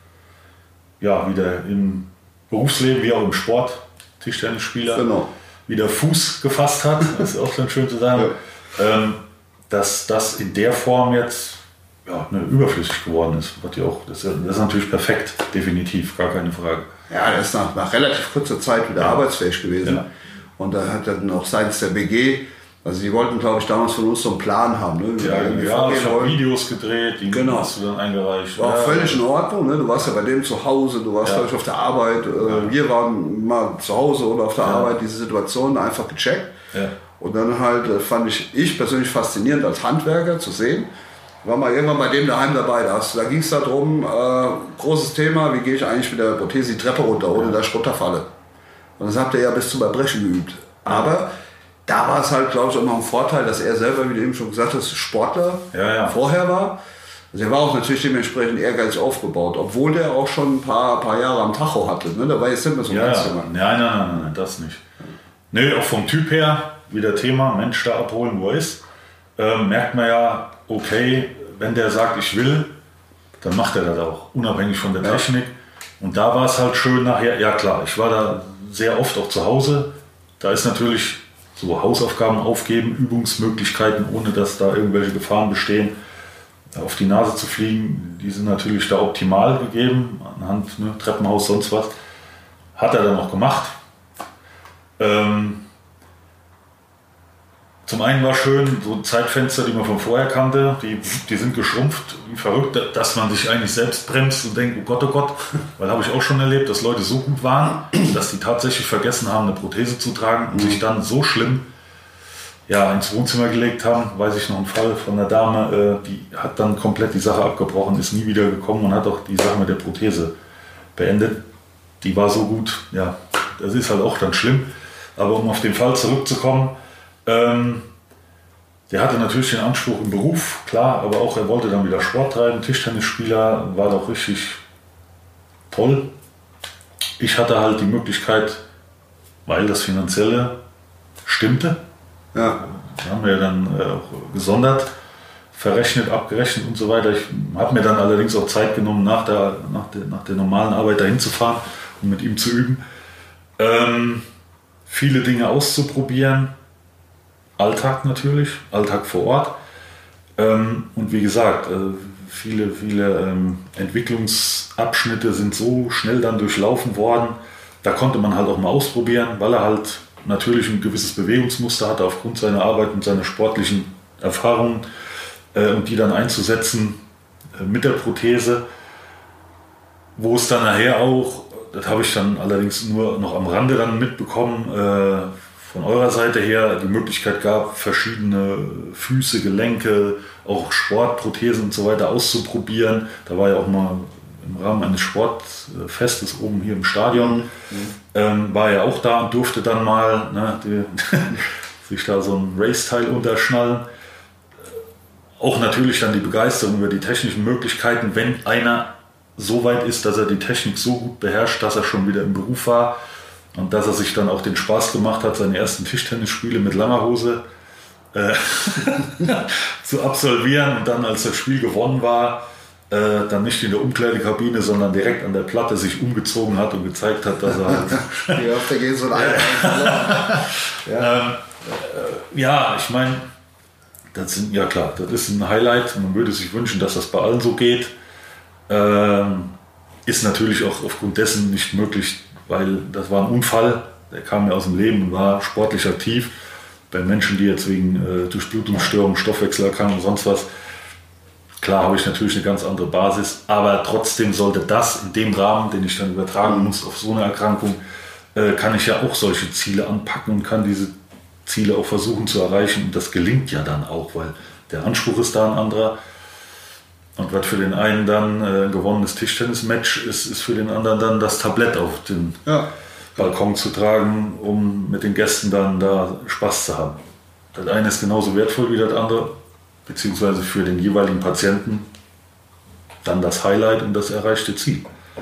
S3: ja, wieder im Berufsleben wie auch im Sport, Tischtennisspieler,
S1: genau.
S3: wieder Fuß gefasst hat, das ist auch dann schön zu sagen, ja. ähm, dass das in der Form jetzt ja, ne, überflüssig geworden ist. Was die auch, das, ist, das ist natürlich perfekt, definitiv, gar keine Frage.
S1: Ja, er ist nach, nach relativ kurzer Zeit wieder ja. arbeitsfähig gewesen. Ja. Und da hat dann auch seitens der B G, also die wollten, glaube ich, damals von uns so einen Plan haben. Ne?
S3: Ja, ja ich habe Videos gedreht, die genau. hast du dann eingereicht.
S1: War
S3: ja,
S1: auch völlig in Ordnung. Ne? Du warst ja bei dem zu Hause, du warst, ja. glaube ich, auf der Arbeit. Ja. Wir waren mal zu Hause oder auf der ja. Arbeit, diese Situation einfach gecheckt.
S3: Ja.
S1: Und dann halt fand ich, ich persönlich faszinierend als Handwerker zu sehen. Ich war mal irgendwann bei dem daheim dabei. Da, da ging es darum, äh, großes Thema, wie gehe ich eigentlich mit der Prothese die Treppe runter, ohne ja. dass ich runterfalle. Und das habt ihr ja bis zum Erbrechen geübt. Aber da war es halt, glaube ich, auch noch ein Vorteil, dass er selber, wie du eben schon gesagt hast, Sportler
S3: ja, ja.
S1: vorher war. Also er war auch natürlich dementsprechend ehrgeizig aufgebaut, obwohl der auch schon ein paar, paar Jahre am Tacho hatte. Ne? Da war jetzt nicht mehr so ein
S3: ja,
S1: ganz
S3: ja.
S1: Thema.
S3: Nein, nein, nein, nein, das nicht. Nee, auch vom Typ her, wieder Thema, Mensch da abholen, wo er ist, äh, merkt man ja, okay, wenn der sagt, ich will, dann macht er das auch, unabhängig von der ja. Technik. Und da war es halt schön nachher, ja klar, ich war da sehr oft auch zu Hause, da ist natürlich so Hausaufgaben aufgeben, Übungsmöglichkeiten, ohne dass da irgendwelche Gefahren bestehen, auf die Nase zu fliegen, die sind natürlich da optimal gegeben, anhand ne, Treppenhaus, sonst was. Hat er dann auch gemacht. Ähm, zum einen war schön, so Zeitfenster, die man von vorher kannte, die, die sind geschrumpft, wie verrückt, dass man sich eigentlich selbst bremst und denkt, oh Gott, oh Gott, weil habe ich auch schon erlebt, dass Leute so gut waren, dass die tatsächlich vergessen haben, eine Prothese zu tragen und mhm. sich dann so schlimm ja, ins Wohnzimmer gelegt haben. Weiß ich noch einen Fall von einer Dame, äh, die hat dann komplett die Sache abgebrochen, ist nie wieder gekommen und hat auch die Sache mit der Prothese beendet. Die war so gut, ja, das ist halt auch dann schlimm. Aber um auf den Fall zurückzukommen, ähm, der hatte natürlich den Anspruch im Beruf, klar, aber auch er wollte dann wieder Sport treiben, Tischtennisspieler, war doch richtig toll. Ich hatte halt die Möglichkeit, weil das Finanzielle stimmte,
S1: ja.
S3: haben wir dann äh, auch gesondert, verrechnet, abgerechnet und so weiter. Ich habe mir dann allerdings auch Zeit genommen, nach der, nach der, nach der normalen Arbeit dahin zu fahren und mit ihm zu üben. Ähm, viele Dinge auszuprobieren, Alltag natürlich, Alltag vor Ort. Ähm, und wie gesagt, äh, viele, viele ähm, Entwicklungsabschnitte sind so schnell dann durchlaufen worden. Da konnte man halt auch mal ausprobieren, weil er halt natürlich ein gewisses Bewegungsmuster hatte aufgrund seiner Arbeit und seiner sportlichen Erfahrungen äh, und die dann einzusetzen äh, mit der Prothese, wo es dann nachher auch, das habe ich dann allerdings nur noch am Rande dann mitbekommen, äh, von eurer Seite her die Möglichkeit gab, verschiedene Füße, Gelenke, auch Sportprothesen und so weiter auszuprobieren. Da war ja auch mal im Rahmen eines Sportfestes oben hier im Stadion, mhm. ähm, war er auch da und durfte dann mal ne, die, sich da so ein Raceteil unterschnallen. Auch natürlich dann die Begeisterung über die technischen Möglichkeiten, wenn einer so weit ist, dass er die Technik so gut beherrscht, dass er schon wieder im Beruf war und dass er sich dann auch den Spaß gemacht hat, seine ersten Tischtennisspiele mit langer Hose äh, zu absolvieren und dann, als das Spiel gewonnen war, äh, dann nicht in der Umkleidekabine, sondern direkt an der Platte sich umgezogen hat und gezeigt hat, dass er halt
S1: Wie oft da geht so ein
S3: ja. Ähm, äh, ja, ich meine, das sind, ja klar, das ist ein Highlight. Man würde sich wünschen, dass das bei allen so geht. Ähm, ist natürlich auch aufgrund dessen nicht möglich, weil das war ein Unfall. Der kam ja aus dem Leben und war sportlich aktiv. Bei Menschen, die jetzt wegen äh, Durchblutungsstörungen, Stoffwechselerkrankungen und sonst was, klar habe ich natürlich eine ganz andere Basis, aber trotzdem sollte das in dem Rahmen, den ich dann übertragen muss auf so eine Erkrankung, äh, kann ich ja auch solche Ziele anpacken und kann diese Ziele auch versuchen zu erreichen. Und das gelingt ja dann auch, weil der Anspruch ist da ein anderer. Und was für den einen dann äh, ein gewonnenes Tischtennismatch ist, ist für den anderen dann das Tablett auf den ja. Balkon zu tragen, um mit den Gästen dann da Spaß zu haben. Das eine ist genauso wertvoll wie das andere, beziehungsweise für den jeweiligen Patienten dann das Highlight und das erreichte Ziel.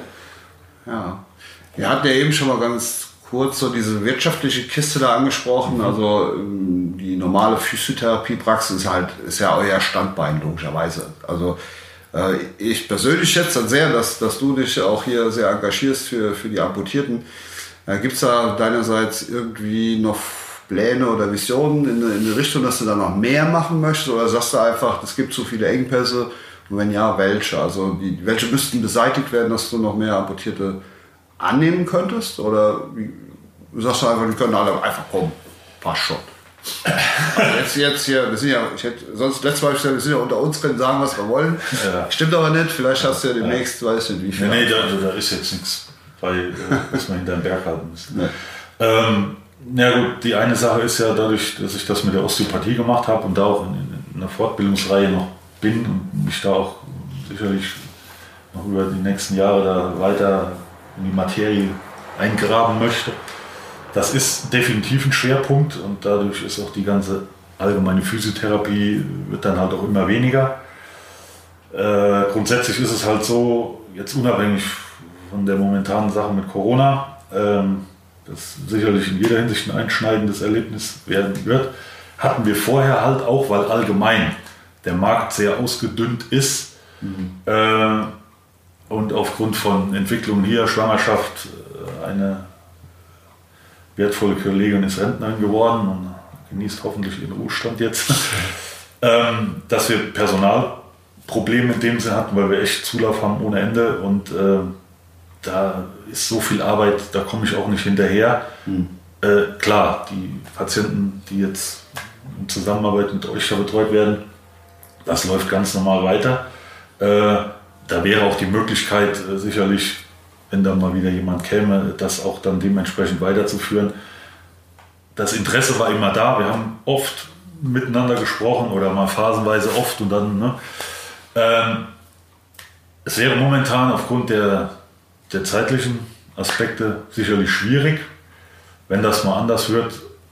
S1: Ja, wir hatten ja eben schon mal ganz kurz so diese wirtschaftliche Kiste da angesprochen. Mhm. Also die normale Physiotherapiepraxis ist halt ist ja euer Standbein logischerweise. Also äh, ich persönlich schätze dann sehr, dass, dass du dich auch hier sehr engagierst für, für die Amputierten. Äh, Gibt es da deinerseits irgendwie noch Pläne oder Visionen in, in die Richtung, dass du da noch mehr machen möchtest? Oder sagst du einfach, es gibt so viele Engpässe? Und wenn ja, welche? Also die, welche müssten beseitigt werden, dass du noch mehr Amputierte annehmen könntest? Oder wie, sagst du einfach, die können alle einfach kommen? Passt schon. Also jetzt, jetzt hier, wir sind ja, ich hätte, sonst letztes Mal gesagt, wir sind ja unter uns, können sagen, was wir wollen. Ja. Stimmt aber nicht, vielleicht hast du ja demnächst, ja. weiß nicht wie viel.
S3: Nee, nee, da, also da ist jetzt nichts bei, was man hinterm Berg halten muss. Nee. Ähm, ja gut, die eine Sache ist ja dadurch, dass ich das mit der Osteopathie gemacht habe und da auch in, in einer Fortbildungsreihe noch bin und mich da auch sicherlich noch über die nächsten Jahre da weiter in die Materie eingraben möchte. Das ist definitiv ein Schwerpunkt und dadurch ist auch die ganze allgemeine Physiotherapie wird dann halt auch immer weniger. Äh, grundsätzlich ist es halt so, jetzt unabhängig von der momentanen Sache mit Corona, ähm, das sicherlich in jeder Hinsicht ein einschneidendes Erlebnis werden wird, hatten wir vorher halt auch, weil allgemein der Markt sehr ausgedünnt ist, mhm. äh, und aufgrund von Entwicklungen hier, Schwangerschaft, eine wertvolle Kollegin ist Rentnerin geworden und genießt hoffentlich ihren Ruhestand jetzt, ähm, dass wir Personalprobleme in dem Sinne hatten, weil wir echt Zulauf haben ohne Ende und äh, da ist so viel Arbeit, da komme ich auch nicht hinterher. Mhm. Äh, klar, die Patienten, die jetzt in Zusammenarbeit mit euch da betreut werden, das läuft ganz normal weiter. Äh, Da wäre auch die Möglichkeit, äh, sicherlich, wenn da mal wieder jemand käme, das auch dann dementsprechend weiterzuführen. Das Interesse war immer da. Wir haben oft miteinander gesprochen oder mal phasenweise oft und dann. Ne, ähm, es wäre momentan aufgrund der, der zeitlichen Aspekte sicherlich schwierig. Wenn das mal anders wird,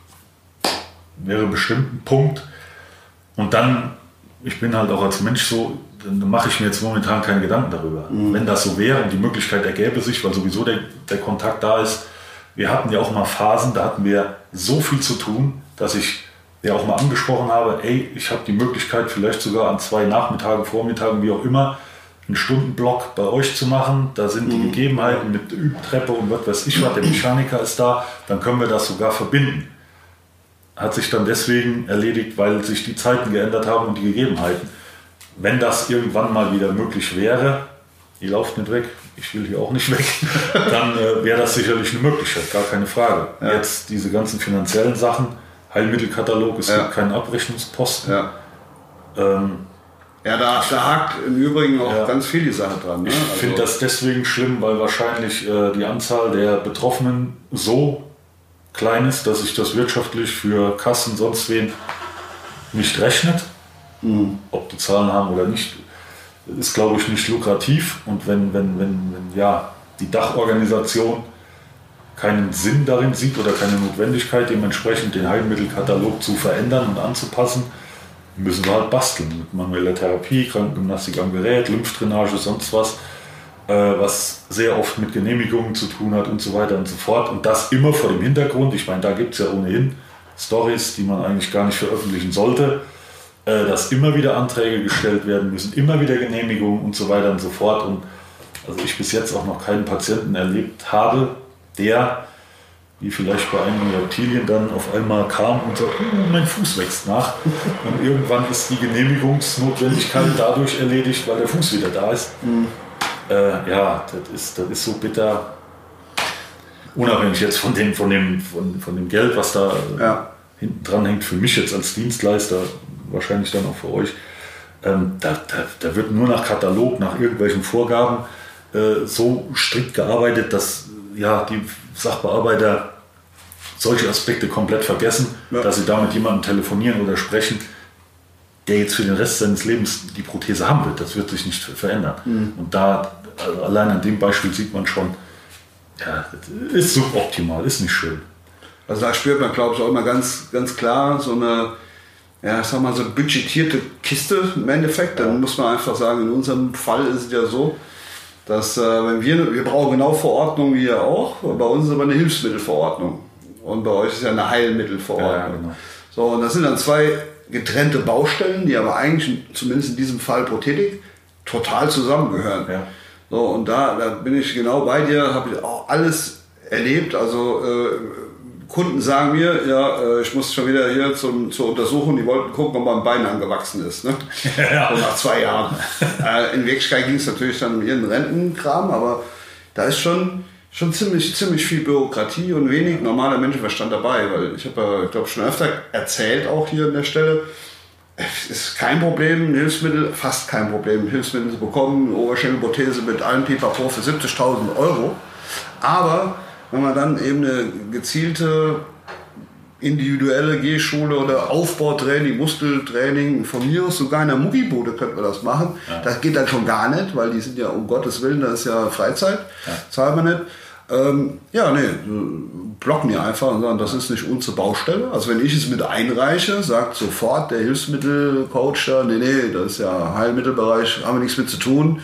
S3: wäre bestimmt ein Punkt. Und dann, ich bin halt auch als Mensch so, dann mache ich mir jetzt momentan keine Gedanken darüber. Mhm. Wenn das so wäre und die Möglichkeit ergäbe sich, weil sowieso der, der Kontakt da ist. Wir hatten ja auch mal Phasen, da hatten wir so viel zu tun, dass ich ja auch mal angesprochen habe, ey, ich habe die Möglichkeit vielleicht sogar an zwei Nachmittagen, Vormittagen, wie auch immer, einen Stundenblock bei euch zu machen. Da sind die mhm. Gegebenheiten mit Übtreppe und was weiß ich was, der Mechaniker ist da, dann können wir das sogar verbinden. Hat sich dann deswegen erledigt, weil sich die Zeiten geändert haben und die Gegebenheiten. Wenn das irgendwann mal wieder möglich wäre, ihr lauft nicht weg, ich will hier auch nicht weg, dann äh, wäre das sicherlich eine Möglichkeit, gar keine Frage. Ja. Jetzt diese ganzen finanziellen Sachen, Heilmittelkatalog, es ja. gibt keinen Abrechnungsposten. Ja. Ähm,
S1: Ja, da, da hakt im Übrigen auch ja. ganz viel die Sache dran. Ne?
S3: Ich
S1: also
S3: finde das deswegen schlimm, weil wahrscheinlich äh, die Anzahl der Betroffenen so klein ist, dass sich das wirtschaftlich für Kassen sonst wen nicht rechnet. Mhm. Ob die Zahlen haben oder nicht, ist, glaube ich, nicht lukrativ. Und wenn, wenn, wenn, wenn ja, die Dachorganisation keinen Sinn darin sieht oder keine Notwendigkeit, dementsprechend den Heilmittelkatalog zu verändern und anzupassen, müssen wir halt basteln. Mit manueller Therapie, Krankengymnastik am Gerät, Lymphdrainage, sonst was, äh, was sehr oft mit Genehmigungen zu tun hat und so weiter und so fort. Und das immer vor dem Hintergrund, ich meine, da gibt es ja ohnehin Storys, die man eigentlich gar nicht veröffentlichen sollte, äh, dass immer wieder Anträge gestellt werden müssen, immer wieder Genehmigungen und so weiter und so fort. Und also ich bis jetzt auch noch keinen Patienten erlebt habe, der, wie vielleicht bei einigen Reptilien, dann auf einmal kam und sagt, oh, mein Fuß wächst nach. Und irgendwann ist die Genehmigungsnotwendigkeit dadurch erledigt, weil der Fuß wieder da ist. Mhm. Äh, ja, das ist, das ist so bitter. Unabhängig jetzt von dem, von dem, von, von dem Geld, was da ja. hinten dran hängt, für mich jetzt als Dienstleister, wahrscheinlich dann auch für euch. Ähm, da, da, da wird nur nach Katalog, nach irgendwelchen Vorgaben äh, so strikt gearbeitet, dass ja, die Sachbearbeiter solche Aspekte komplett vergessen, ja. dass sie da mit jemandem telefonieren oder sprechen, der jetzt für den Rest seines Lebens die Prothese haben wird. Das wird sich nicht verändern. Mhm. Und da, also allein an dem Beispiel sieht man schon, ja, das ist suboptimal, ist nicht schön.
S1: Also da spürt man, glaube ich, auch immer ganz, ganz klar so eine, ja, ich sag mal, so budgetierte Kiste im Endeffekt. Dann muss man einfach sagen, in unserem Fall ist es ja so, dass äh, wenn wir, wir brauchen genau Verordnung wie ihr auch, bei uns ist aber eine Hilfsmittelverordnung und bei euch ist ja eine Heilmittelverordnung. Ja, genau. So, und das sind dann zwei getrennte Baustellen, die aber eigentlich, zumindest in diesem Fall Prothetik, total zusammengehören. Ja. So, und da, da bin ich genau bei dir, habe ich auch alles erlebt, also äh, Kunden sagen mir, ja, äh, ich muss schon wieder hier zum, zur Untersuchung, die wollten gucken, ob mein Bein angewachsen ist. Ne? Ja. So nach zwei Jahren. äh, in Wirklichkeit ging es natürlich dann um ihren Rentenkram, aber da ist schon, schon ziemlich, ziemlich viel Bürokratie und wenig normaler Menschenverstand dabei, weil ich habe ja, ich glaube, schon öfter erzählt, auch hier an der Stelle, es ist kein Problem, Hilfsmittel, fast kein Problem, Hilfsmittel zu bekommen, Oberschenkelprothese mit allem Pipapo für siebzigtausend Euro, aber wenn man dann eben eine gezielte individuelle Gehschule oder Aufbautraining, Muskeltraining, von mir aus sogar in der Muckibude könnte man das machen. Ja. Das geht dann schon gar nicht, weil die sind ja um Gottes Willen, das ist ja Freizeit, ja. zahlt man nicht. Ähm, ja, nee, blocken die einfach und sagen, das ist nicht unsere Baustelle. Also wenn ich es mit einreiche, sagt sofort der Hilfsmittelcoach da, nee, nee, das ist ja Heilmittelbereich, haben wir nichts mit zu tun.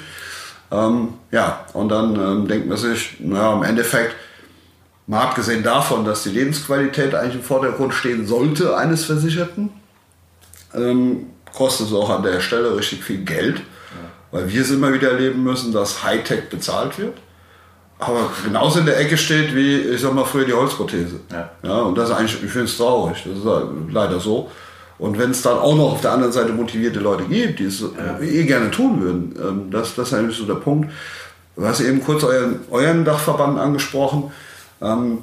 S1: Ähm, ja, und dann ähm, denkt man sich, naja, im Endeffekt, mal abgesehen davon, dass die Lebensqualität eigentlich im Vordergrund stehen sollte eines Versicherten, ähm, kostet es auch an der Stelle richtig viel Geld, ja. weil wir es immer wieder erleben müssen, dass Hightech bezahlt wird, aber genauso in der Ecke steht wie, ich sag mal, früher die Holzprothese. Ja. Ja, und das ist eigentlich, ich finde es traurig, das ist leider so. Und wenn es dann auch noch auf der anderen Seite motivierte Leute gibt, die es ja. eh gerne tun würden, ähm, das, das ist eigentlich so der Punkt. Du hast eben kurz euren, euren Dachverband angesprochen. Ähm,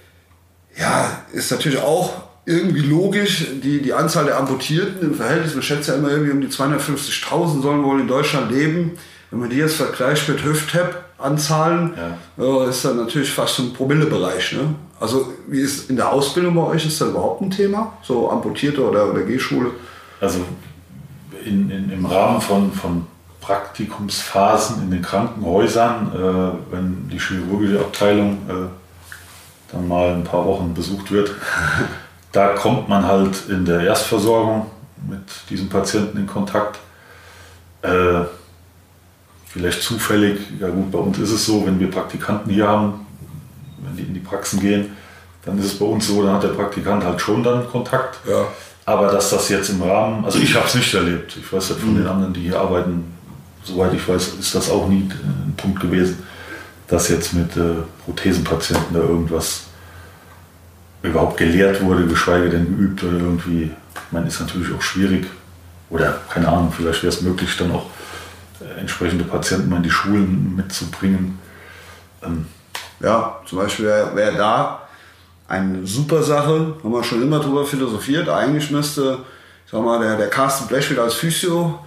S1: ja, ist natürlich auch irgendwie logisch, die, die Anzahl der Amputierten im Verhältnis, man schätzt ja immer irgendwie um die zweihundertfünfzigtausend sollen wohl in Deutschland leben. Wenn man die jetzt vergleicht mit Hüft-Tap-Anzahlen, ja. äh, ist dann natürlich fast ein Promillebereich. Ne? Also wie ist in der Ausbildung bei euch, ist das überhaupt ein Thema? So Amputierte oder, oder Gehschule?
S3: Also in, in, im Rahmen von, von Praktikumsphasen in den Krankenhäusern, äh, wenn die chirurgische Abteilung äh, dann mal ein paar Wochen besucht wird, da kommt man halt in der Erstversorgung mit diesen Patienten in Kontakt. Äh, vielleicht zufällig, ja gut, bei uns ist es so, wenn wir Praktikanten hier haben, wenn die in die Praxen gehen, dann ist es bei uns so, dann hat der Praktikant halt schon dann Kontakt. Ja. Aber dass das jetzt im Rahmen, also ich habe es nicht erlebt, ich weiß nicht von mhm. den anderen, die hier arbeiten, soweit ich weiß, ist das auch nie ein Punkt gewesen, dass jetzt mit äh, Prothesenpatienten da irgendwas überhaupt gelehrt wurde, geschweige denn geübt oder irgendwie. Ich meine, ist natürlich auch schwierig oder keine Ahnung, vielleicht wäre es möglich, dann auch äh, entsprechende Patienten mal in die Schulen mitzubringen. Ähm,
S1: ja, zum Beispiel wäre wär da eine super Sache, haben wir schon immer drüber philosophiert. Eigentlich müsste, ich sag mal, der, der Carsten Blechwil als Physio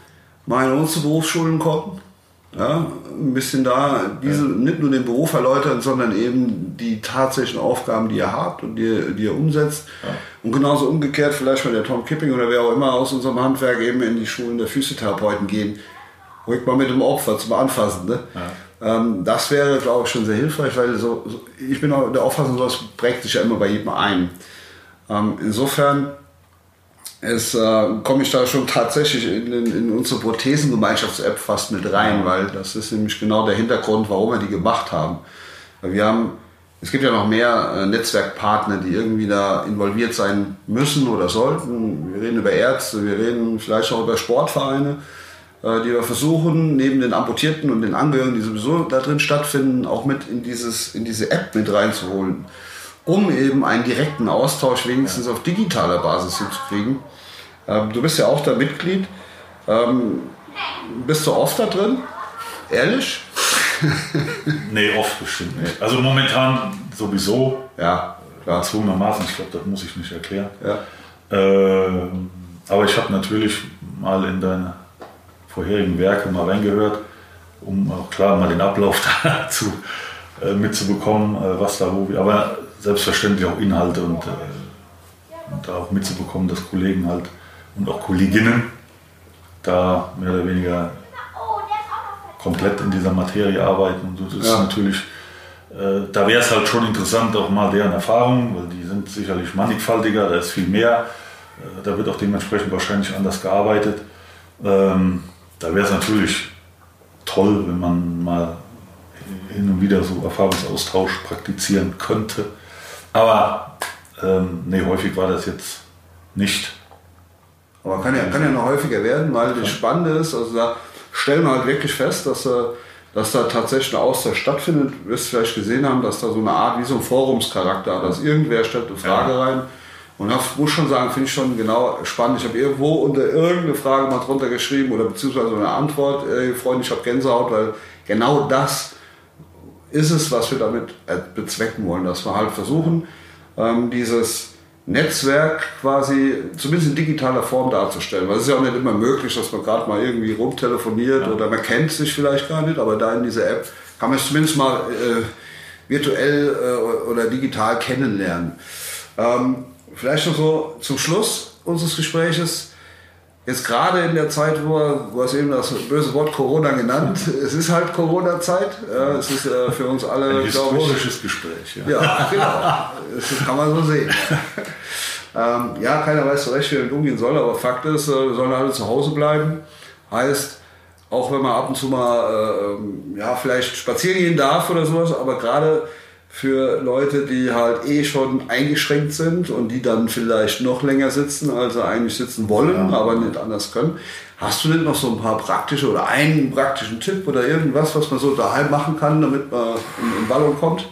S1: mal in unsere Berufsschulen kommen. Ja, ein bisschen da diese, ja. nicht nur den Beruf erläutern, sondern eben die tatsächlichen Aufgaben, die ihr habt und die, die ihr umsetzt. Ja. Und genauso umgekehrt vielleicht mal der Tom Kipping oder wer auch immer aus unserem Handwerk eben in die Schulen der Physiotherapeuten gehen. Ruhig mal mit dem Opfer zum Anfassen. Ne? Ja. Ähm, das wäre, glaube ich, schon sehr hilfreich, weil so, so, ich bin auch der Auffassung, sowas prägt sich ja immer bei jedem ein. Ähm, insofern Es, äh, komme ich da schon tatsächlich in, in, in unsere Prothesengemeinschafts-App fast mit rein, weil das ist nämlich genau der Hintergrund, warum wir die gemacht haben. Wir haben, es gibt ja noch mehr äh, Netzwerkpartner, die irgendwie da involviert sein müssen oder sollten. Wir reden über Ärzte, wir reden vielleicht auch über Sportvereine, äh, die wir versuchen, neben den Amputierten und den Angehörigen, die sowieso da drin stattfinden, auch mit in, dieses, in diese App mit reinzuholen, um eben einen direkten Austausch wenigstens auf digitaler Basis hinzukriegen. Ähm, du bist ja auch da Mitglied. Ähm, bist du oft da drin? Ehrlich?
S3: Nee, oft bestimmt nicht. Also momentan sowieso.
S1: Ja, klar.
S3: Zwungenermaßen, ich glaube, das muss ich nicht erklären.
S1: Ja.
S3: Äh, aber ich habe natürlich mal in deine vorherigen Werke mal reingehört, um auch klar mal den Ablauf dazu äh, mitzubekommen, äh, was da wo. Aber selbstverständlich auch Inhalte und, äh, und da auch mitzubekommen, dass Kollegen halt und auch Kolleginnen da mehr oder weniger komplett in dieser Materie arbeiten. Und das ist ja. natürlich, äh, da wäre es halt schon interessant, auch mal deren Erfahrungen, weil die sind sicherlich mannigfaltiger, da ist viel mehr, äh, da wird auch dementsprechend wahrscheinlich anders gearbeitet. Ähm, da wäre es natürlich toll, wenn man mal hin und wieder so Erfahrungsaustausch praktizieren könnte. Aber ähm, nee, häufig war das jetzt nicht.
S1: Aber kann ja, kann ja noch häufiger werden, weil das Spannende ist, also da stellen wir halt wirklich fest, dass, dass da tatsächlich ein Austausch stattfindet. Du wirst vielleicht gesehen haben, dass da so eine Art wie so ein Forumscharakter hat, dass irgendwer stellt eine Frage ja. rein. Und ich muss schon sagen, finde ich schon genau spannend. Ich habe irgendwo unter irgendeine Frage mal drunter geschrieben oder beziehungsweise eine Antwort, ey, Freunde, ich habe Gänsehaut, weil genau das ist es, was wir damit bezwecken wollen, dass wir halt versuchen, ähm, dieses Netzwerk quasi zumindest in digitaler Form darzustellen. Weil es ist ja auch nicht immer möglich, dass man gerade mal irgendwie rumtelefoniert ja. oder man kennt sich vielleicht gar nicht, aber da in dieser App kann man es zumindest mal äh, virtuell äh, oder digital kennenlernen. Ähm, vielleicht noch so zum Schluss unseres Gespräches. Jetzt gerade in der Zeit, wo du hast eben das böse Wort Corona genannt, es ist halt Corona-Zeit. Ja, es ist äh, für uns alle,
S3: ein historisches Gespräch.
S1: Ja, ja genau. Das kann man so sehen. ähm, ja, keiner weiß so recht, wie er damit umgehen soll, aber Fakt ist, wir sollen alle zu Hause bleiben. Heißt, auch wenn man ab und zu mal äh, ja, vielleicht spazieren gehen darf oder sowas, aber gerade für Leute, die halt eh schon eingeschränkt sind und die dann vielleicht noch länger sitzen, als sie eigentlich sitzen wollen, ja. aber nicht anders können. Hast du denn noch so ein paar praktische oder einen praktischen Tipp oder irgendwas, was man so daheim machen kann, damit man in den Ballon kommt?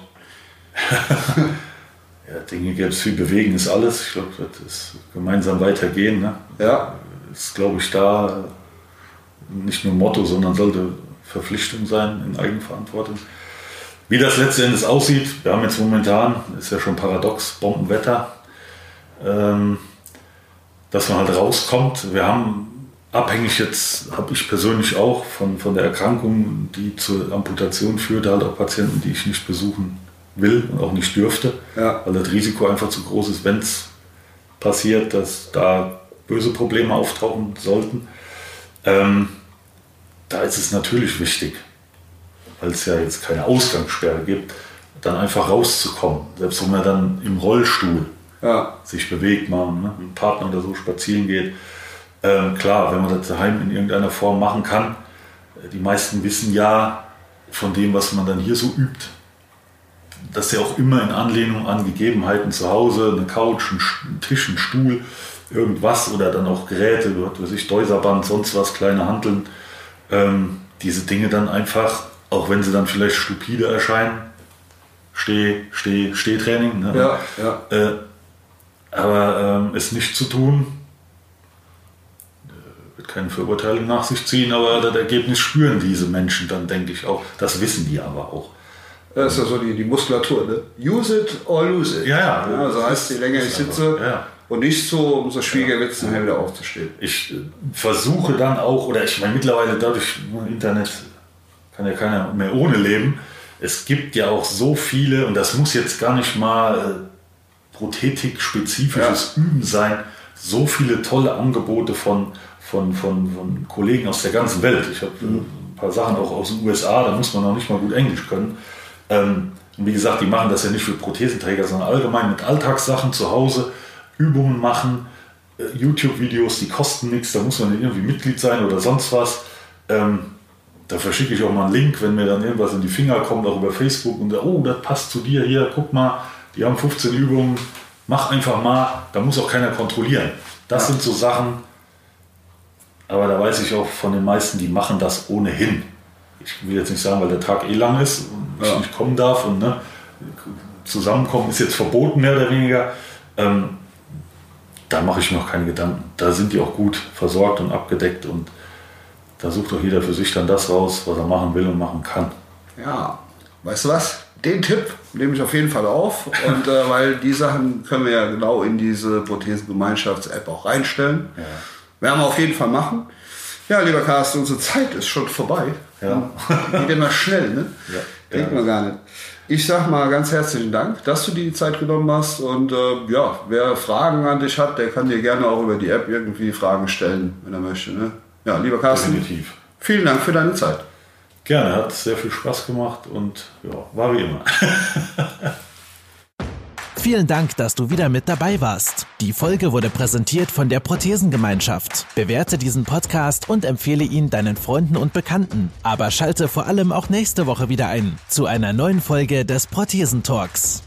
S3: Ja, Dinge gibt es, viel bewegen ist alles. Ich glaube, das ist gemeinsam weitergehen. Ne?
S1: Ja.
S3: Ist, glaube ich, da nicht nur Motto, sondern sollte Verpflichtung sein in Eigenverantwortung. Wie das letzten Endes aussieht, wir haben jetzt momentan, ist ja schon paradox, Bombenwetter, ähm, dass man halt rauskommt. Wir haben abhängig jetzt, habe ich persönlich auch von, von der Erkrankung, die zur Amputation führte, halt auch Patienten, die ich nicht besuchen will und auch nicht dürfte, ja. weil das Risiko einfach zu groß ist, wenn es passiert, dass da böse Probleme auftauchen sollten. Ähm, da ist es natürlich wichtig, weil es ja jetzt keine Ausgangssperre gibt, dann einfach rauszukommen. Selbst wenn man dann im Rollstuhl ja. sich bewegt, mal ne, mit einem Partner oder so spazieren geht. Ähm, klar, wenn man das daheim in irgendeiner Form machen kann, die meisten wissen ja von dem, was man dann hier so übt, dass ja auch immer in Anlehnung an Gegebenheiten zu Hause, eine Couch, ein Tisch, ein Stuhl, irgendwas oder dann auch Geräte, was weiß ich, Deuserband, sonst was, kleine Hanteln, ähm, diese Dinge dann einfach, auch wenn sie dann vielleicht stupide erscheinen, Steh, Steh, Stehtraining, ne?
S1: ja, ja.
S3: Äh, aber ähm, es nicht zu tun, äh, wird keine Verurteilung nach sich ziehen, aber das Ergebnis spüren diese Menschen dann, denke ich auch. Das wissen die aber auch.
S1: Das ist ja so die, die Muskulatur, ne? Use it or lose it.
S3: Ja, ja.
S1: ja also heißt, je länger ich sitze,
S3: ja.
S1: Und nicht so, um so schwieriger wird es nachher wieder aufzustehen.
S3: Ich äh, versuche dann auch, oder ich meine mittlerweile dadurch, Internet kann ja keiner mehr ohne leben. Es gibt ja auch so viele, und das muss jetzt gar nicht mal äh, prothetik-spezifisches ja. Üben sein, so viele tolle Angebote von, von, von, von Kollegen aus der ganzen Welt. Ich habe äh, ein paar Sachen auch aus den U S A, da muss man auch nicht mal gut Englisch können. Ähm, und wie gesagt, die machen das ja nicht für Prothesenträger, sondern allgemein mit Alltagssachen zu Hause, Übungen machen, äh, YouTube-Videos, die kosten nichts, da muss man nicht irgendwie Mitglied sein oder sonst was. Ähm, da verschicke ich auch mal einen Link, wenn mir dann irgendwas in die Finger kommt, auch über Facebook und oh, das passt zu dir hier, guck mal, die haben fünfzehn Übungen, mach einfach mal, da muss auch keiner kontrollieren. Das ja. sind so Sachen, aber da weiß ich auch von den meisten, die machen das ohnehin. Ich will jetzt nicht sagen, weil der Tag eh lang ist und ich ja. nicht kommen darf und ne, zusammenkommen ist jetzt verboten, mehr oder weniger. Ähm, da mache ich mir noch keine Gedanken. Da sind die auch gut versorgt und abgedeckt und da sucht doch jeder für sich dann das raus, was er machen will und machen kann.
S1: Ja, weißt du was? Den Tipp nehme ich auf jeden Fall auf, und äh, weil die Sachen können wir ja genau in diese Prothesengemeinschafts-App auch reinstellen. Ja. Werden wir auf jeden Fall machen. Ja, lieber Carsten, unsere Zeit ist schon vorbei. Ja. Geht immer schnell, ne? Ja. Denkt ja. man gar nicht. Ich sag mal ganz herzlichen Dank, dass du dir die Zeit genommen hast, und äh, ja, wer Fragen an dich hat, der kann dir gerne auch über die App irgendwie Fragen stellen, wenn er möchte. Ne? Ja, lieber Carsten,
S3: definitiv.
S1: Vielen Dank für deine Zeit.
S3: Gerne, hat sehr viel Spaß gemacht und ja, war wie immer.
S2: Vielen Dank, dass du wieder mit dabei warst. Die Folge wurde präsentiert von der Prothesengemeinschaft. Bewerte diesen Podcast und empfehle ihn deinen Freunden und Bekannten. Aber schalte vor allem auch nächste Woche wieder ein zu einer neuen Folge des Prothesentalks.